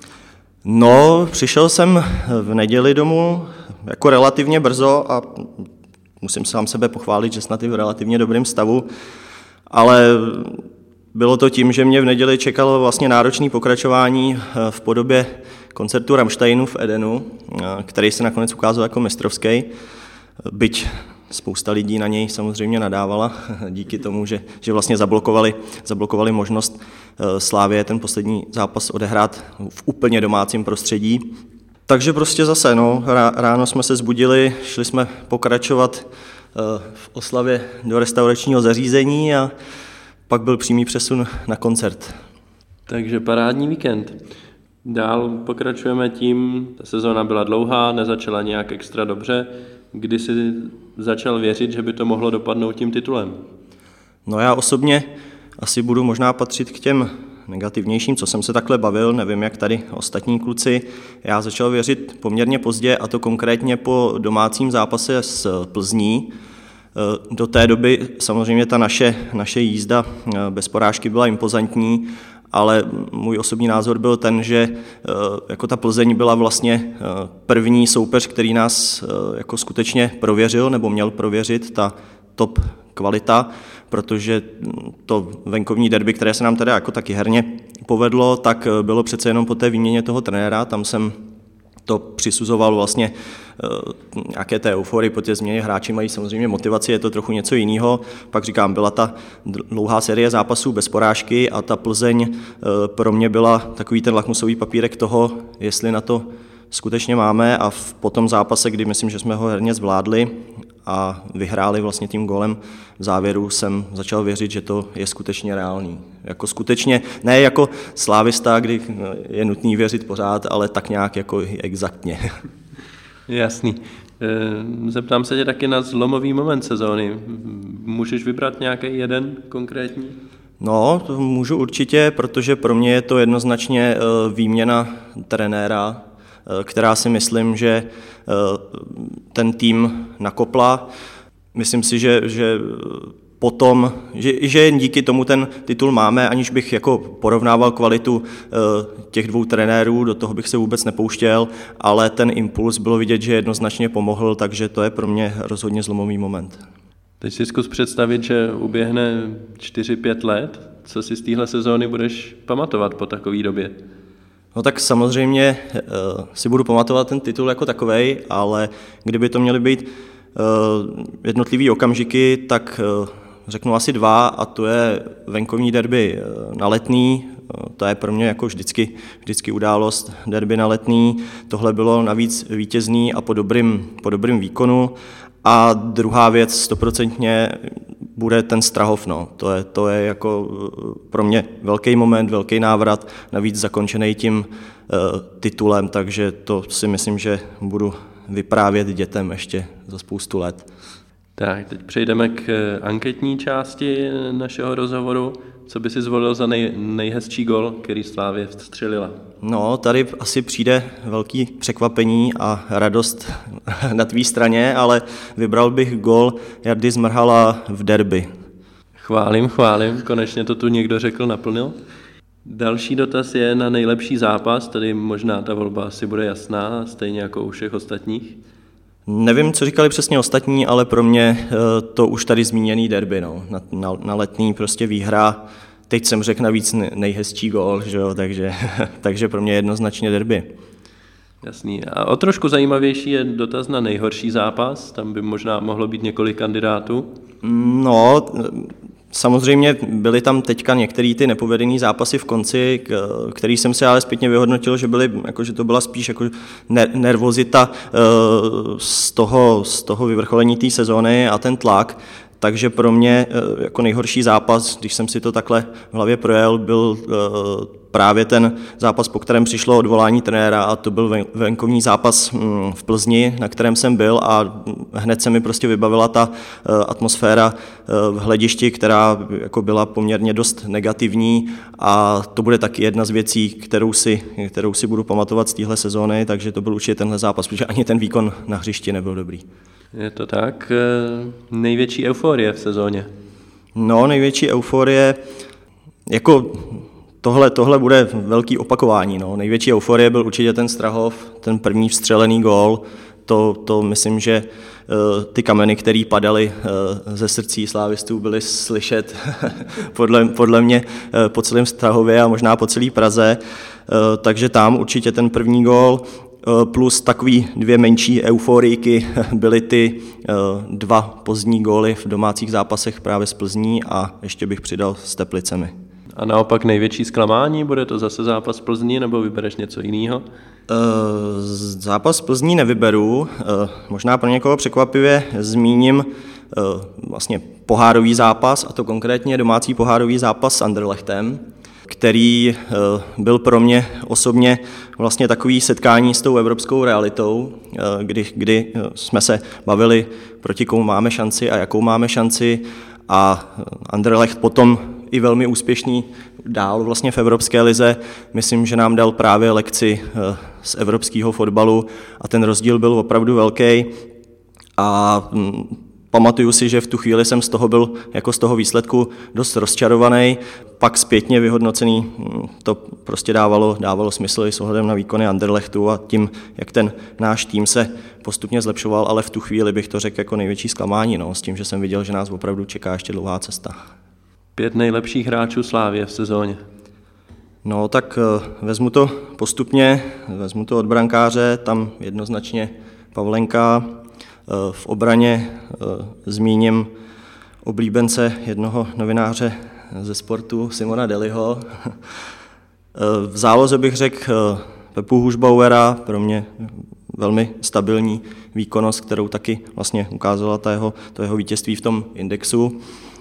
E: No, přišel jsem v neděli domů jako relativně brzo a musím sám sebe pochválit, že snad i v relativně dobrém stavu, ale bylo to tím, že mě v neděli čekalo vlastně náročné pokračování v podobě koncertu Rammsteinu v Edenu, který se nakonec ukázal jako mistrovský, byť spousta lidí na něj samozřejmě nadávala díky tomu, že vlastně zablokovali možnost Slavie ten poslední zápas odehrát v úplně domácím prostředí. Takže prostě zase, no, ráno jsme se zbudili, šli jsme pokračovat v oslavě do restauračního zařízení a pak byl přímý přesun na koncert.
A: Takže parádní víkend. Dál pokračujeme tím, ta sezóna byla dlouhá, nezačala nějak extra dobře. Kdy jsi začal věřit, že by to mohlo dopadnout tím titulem?
E: No já osobně asi budu možná patřit k těm negativnějším, co jsem se takhle bavil, nevím jak tady ostatní kluci. Já začal věřit poměrně pozdě, a to konkrétně po domácím zápase s Plzní. Do té doby samozřejmě ta naše jízda bez porážky byla impozantní, ale můj osobní názor byl ten, že jako ta Plzeň byla vlastně první soupeř, který nás jako skutečně prověřil nebo měl prověřit, ta top kvalita, protože to venkovní derby, které se nám teda jako taky herně povedlo, tak bylo přece jenom po té výměně toho trenéra, tam jsem to přisuzoval vlastně nějaké té euforii po té změně. Hráči mají samozřejmě motivaci, je to trochu něco jiného. Pak říkám, byla ta dlouhá série zápasů bez porážky a ta Plzeň pro mě byla takový ten lakmusový papírek toho, jestli na to skutečně máme, a po tom zápase, kdy myslím, že jsme ho herně zvládli a vyhráli vlastně tím gólem v závěru, jsem začal věřit, že to je skutečně reálný. Jako skutečně, ne jako slávista, kdy je nutný věřit pořád, ale tak nějak jako exaktně.
A: Jasný. Zeptám se tě taky na zlomový moment sezóny. Můžeš vybrat nějaký jeden konkrétní?
E: No, to můžu určitě, protože pro mě je to jednoznačně výměna trenéra, která si myslím, že ten tým nakopla. Myslím si, že potom, že díky tomu ten titul máme, aniž bych jako porovnával kvalitu těch dvou trenérů, do toho bych se vůbec nepouštěl, ale ten impuls bylo vidět, že jednoznačně pomohl, takže to je pro mě rozhodně zlomový moment.
A: Teď si zkus představit, že uběhne 4-5 let. Co si z téhle sezóny budeš pamatovat po takové době?
E: No tak samozřejmě si budu pamatovat ten titul jako takovej, ale kdyby to měly být jednotlivý okamžiky, tak řeknu asi 2, a to je venkovní derby na Letný. To je pro mě jako vždycky událost, derby na Letný. Tohle bylo navíc vítězný a po dobrým výkonu. A druhá věc 100% bude ten Strahov. No. To je jako pro mě velký moment, velký návrat, navíc zakončený tím titulem, takže to si myslím, že budu vyprávět dětem ještě za spoustu let.
A: Tak, teď přejdeme k anketní části našeho rozhovoru. Co by si zvolil za nejhezčí gol, který Slavie vstřelila?
E: No, tady asi přijde velký překvapení a radost na tvý straně, ale vybral bych gol Jardy Zmrhala v derby.
A: Chválím, konečně to tu někdo řekl, naplnil. Další dotaz je na nejlepší zápas, tady možná ta volba asi bude jasná, stejně jako u všech ostatních.
E: Nevím, co říkali přesně ostatní, ale pro mě to už tady zmíněný derby, no. Na Letný prostě výhra, teď jsem řekl navíc nejhezčí gól, že jo? Takže pro mě jednoznačně derby.
A: Jasný. A o trošku zajímavější je dotaz na nejhorší zápas, tam by možná mohlo být několik kandidátů.
E: No, samozřejmě byly tam teďka některé ty nepovedené zápasy v konci, který jsem si ale zpětně vyhodnotil, že byly, jako, že to byla spíš jako nervozita z toho vyvrcholení té sezóny a ten tlak. Takže pro mě jako nejhorší zápas, když jsem si to takhle v hlavě projel, byl právě ten zápas, po kterém přišlo odvolání trenéra, a to byl venkovní zápas v Plzni, na kterém jsem byl, a hned se mi prostě vybavila ta atmosféra v hledišti, která jako byla poměrně dost negativní, a to bude taky jedna z věcí, kterou si budu pamatovat z téhle sezóny, takže to byl určitě tenhle zápas, protože ani ten výkon na hřišti nebyl dobrý.
A: Je to tak. Největší euforie v sezóně?
E: No, největší euforie, jako tohle bude velký opakování. No. Největší euforie byl určitě ten Strahov, ten první vstřelený gól. To myslím, že ty kameny, které padaly ze srdcí slávistů, byly slyšet podle mě po celém Strahově a možná po celé Praze. Takže tam určitě ten první gól. Plus takový 2 menší euforijky byly ty 2 pozdní góly v domácích zápasech právě z Plzní, a ještě bych přidal s Teplicemi.
A: A naopak největší zklamání, bude to zase zápas Plzní, nebo vybereš něco jiného?
E: Zápas Plzní nevyberu, možná pro někoho překvapivě zmíním vlastně pohárový zápas, a to konkrétně domácí pohárový zápas s Anderlechtem. který byl pro mě osobně vlastně takový setkání s tou evropskou realitou, kdy jsme se bavili, proti komu máme šanci a jakou máme šanci, a Anderlecht potom i velmi úspěšný dál vlastně v Evropské lize. Myslím, že nám dal právě lekci z evropského fotbalu a ten rozdíl byl opravdu velký. A pamatuju si, že v tu chvíli jsem z toho byl jako z toho výsledku dost rozčarovaný. Pak zpětně vyhodnocený to prostě dávalo smysl i s ohledem na výkony Anderlechtu a tím, jak ten náš tým se postupně zlepšoval, ale v tu chvíli bych to řekl jako největší zklamání, s tím, že jsem viděl, že nás opravdu čeká ještě dlouhá cesta.
A: 5 nejlepších hráčů Slavie v sezóně.
E: No tak vezmu to postupně, vezmu to od brankáře, tam jednoznačně Pavlenka. V obraně zmíním oblíbence jednoho novináře ze sportu, Simona Deliho. V záloze bych řekl Pepu Hušbauera, pro mě velmi stabilní výkonnost, kterou taky vlastně ukázala to jeho vítězství v tom indexu.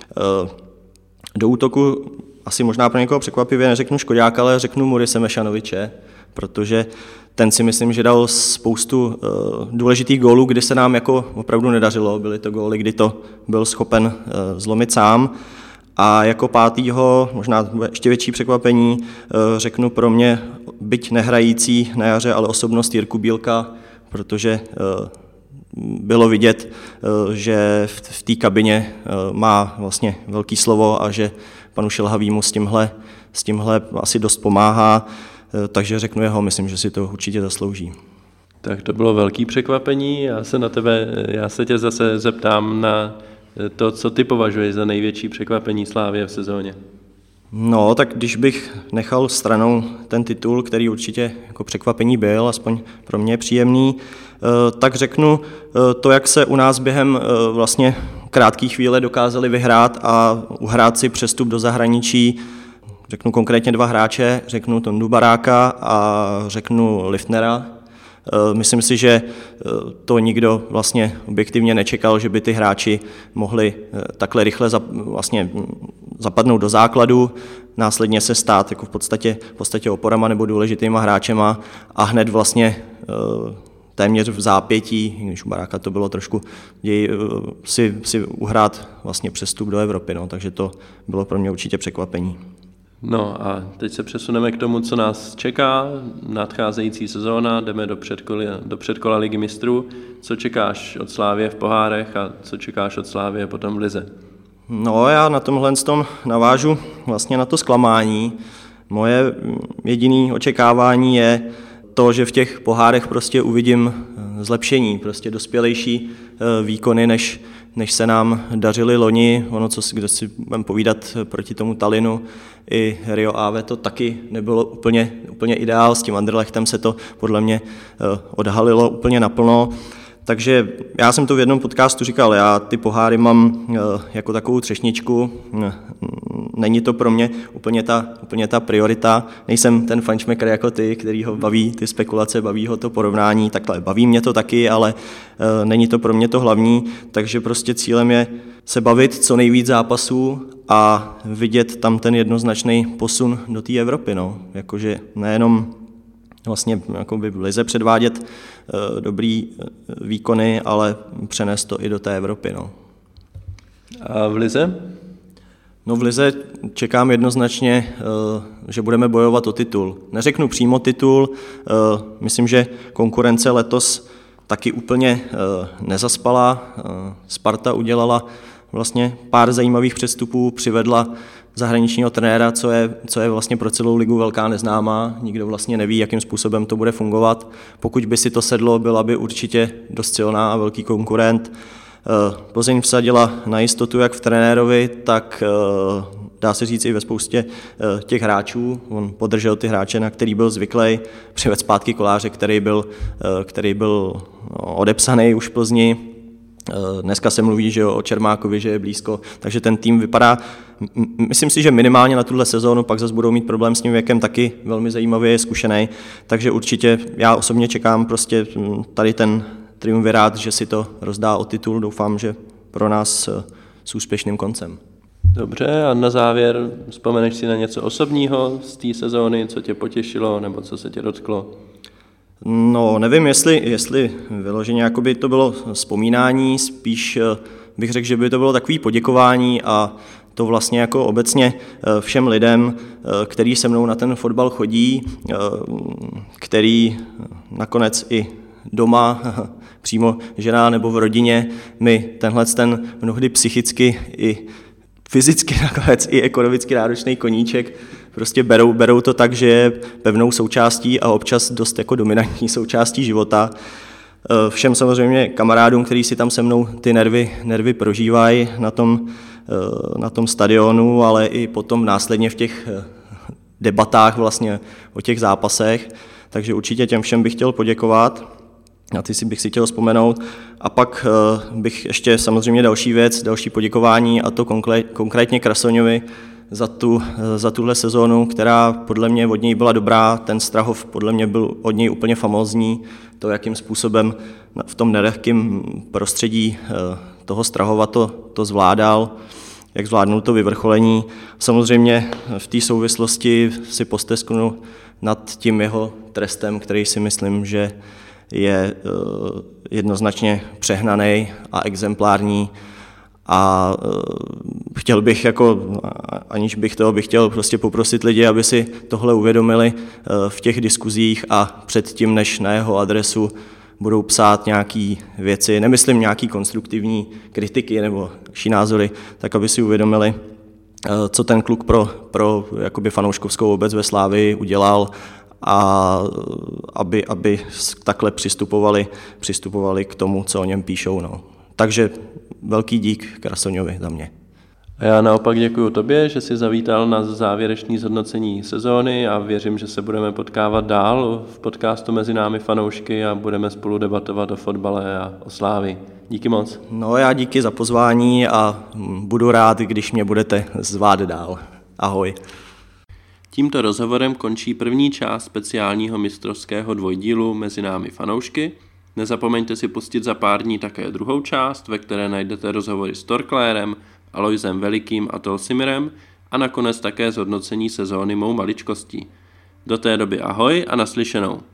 E: Do útoku asi možná pro někoho překvapivě neřeknu Škoďáka, ale řeknu Murise Mešanoviče, protože ten si myslím, že dal spoustu důležitých gólů, kdy se nám jako opravdu nedařilo. Byly to góly, kdy to byl schopen zlomit sám. A jako pátýho, možná ještě větší překvapení, řeknu pro mě, byť nehrající na jaře, ale osobnost Jirku Bílka, protože bylo vidět, že v té kabině má vlastně velký slovo a že panu Šilhavýmu s tímhle asi dost pomáhá. Takže řeknu jeho, myslím, že si to určitě zaslouží.
A: Tak to bylo velký překvapení. Já se tě zase zeptám na to, co ty považuješ za největší překvapení Slavie v sezóně.
E: No, tak když bych nechal stranou ten titul, který určitě jako překvapení byl, aspoň pro mě příjemný, tak řeknu to, jak se u nás během vlastně krátké chvíle dokázali vyhrát a uhrát si přestup do zahraničí. Řeknu konkrétně 2 hráče, řeknu Tondu Baráka a řeknu Liftnera. Myslím si, že to nikdo vlastně objektivně nečekal, že by ty hráči mohli takhle rychle vlastně zapadnout do základu, následně se stát jako v podstatě oporama nebo důležitýma hráčema a hned vlastně téměř v zápětí, když u Baráka to bylo trošku si uhrát vlastně přestup do Evropy, takže to bylo pro mě určitě překvapení.
A: No a teď se přesuneme k tomu, co nás čeká. Nadcházející sezóna, jdeme do předkola Ligy mistrů. Co čekáš od Slavie v pohárech a co čekáš od Slavie potom v lize?
E: No, já na tomhle navážu vlastně na to zklamání. Moje jediné očekávání je to, že v těch pohárech prostě uvidím zlepšení, prostě dospělejší výkony, než se nám dařily loni. Ono, kdo si budeme povídat proti tomu Tallinnu i Rio Ave, to taky nebylo úplně ideál. S tím Anderlechtem se to podle mě odhalilo úplně naplno. Takže já jsem to v jednom podcastu říkal, já ty poháry mám jako takovou třešničku, není to pro mě úplně ta priorita, nejsem ten fanšmekr jako ty, který ho baví ty spekulace, baví ho to porovnání, takhle baví mě to taky, ale není to pro mě to hlavní, takže prostě cílem je se bavit co nejvíc zápasů a vidět tam ten jednoznačný posun do té Evropy, jakože nejenom vlastně jakoby v lize předvádět dobrý výkony, ale přenést to i do té Evropy.
A: A v lize?
E: No v lize čekám jednoznačně, že budeme bojovat o titul. Neřeknu přímo titul, myslím, že konkurence letos taky úplně nezaspala. Sparta udělala vlastně pár zajímavých přestupů, přivedla zahraničního trenéra, co je vlastně pro celou ligu velká neznámá. Nikdo vlastně neví, jakým způsobem to bude fungovat. Pokud by si to sedlo, byla by určitě dost silná a velký konkurent. Plzeň vsadila na jistotu jak v trenérovi, tak dá se říct i ve spoustě těch hráčů. On podržel ty hráče, na který byl zvyklý, přivedl zpátky Koláře, který byl odepsaný už v Plzni. Dneska se mluví, že o Čermákovi, že je blízko, takže ten tým vypadá, myslím si, že minimálně na tuhle sezónu, pak zase budou mít problém s tím věkem, taky velmi zajímavě je zkušený, takže určitě já osobně čekám prostě tady ten triumvirát, že si to rozdá o titul, doufám, že pro nás s úspěšným koncem.
A: Dobře, a na závěr vzpomeneš si na něco osobního z té sezóny, co tě potěšilo nebo co se tě dotklo?
E: No, nevím, jestli vyloženě jakoby to bylo vzpomínání, spíš bych řekl, že by to bylo takové poděkování a to vlastně jako obecně všem lidem, který se mnou na ten fotbal chodí, který nakonec i doma, přímo žena nebo v rodině, mi ten mnohdy psychicky i fyzicky nakonec i ekonomicky náročný koníček prostě berou to tak, že je pevnou součástí a občas dost jako dominantní součástí života. Všem samozřejmě kamarádům, kteří si tam se mnou ty nervy prožívají na tom stadionu, ale i potom následně v těch debatách vlastně o těch zápasech. Takže určitě těm všem bych chtěl poděkovat. A ty bych si chtěl vzpomenout. A pak bych ještě samozřejmě další poděkování, a to konkrétně Krasoňovi za tuhle sezónu, která podle mě od něj byla dobrá. Ten Strahov podle mě byl od něj úplně famózní. To, jakým způsobem v tom nelehkém prostředí toho Strahova to zvládal, jak zvládnul to vyvrcholení. Samozřejmě v té souvislosti si postesknu nad tím jeho trestem, který si myslím, že je jednoznačně přehnaný a exemplární a chtěl bych, aniž bych chtěl prostě poprosit lidi, aby si tohle uvědomili v těch diskuzích a předtím, než na jeho adresu budou psát nějaké věci, nemyslím nějaký konstruktivní kritiky nebo další názory, tak aby si uvědomili, co ten kluk pro jakoby fanouškovskou obec ve Slavii udělal, a aby takhle přistupovali k tomu, co o něm píšou. No. Takže velký dík Krasoňovi za mě.
A: A já naopak děkuji tobě, že jsi zavítal na závěrečné zhodnocení sezóny a věřím, že se budeme potkávat dál v podcastu Mezi námi fanoušky a budeme spolu debatovat o fotbale a o Slávii. Díky moc.
E: No, já díky za pozvání a budu rád, když mě budete zvát dál. Ahoj.
A: Tímto rozhovorem končí první část speciálního mistrovského dvojdílu Mezi námi fanoušky. Nezapomeňte si pustit za pár dní také druhou část, ve které najdete rozhovory s Torklérem, Alojzem Velikým a Tolsimirem a nakonec také zhodnocení sezóny mou maličkostí. Do té doby ahoj a naslyšenou.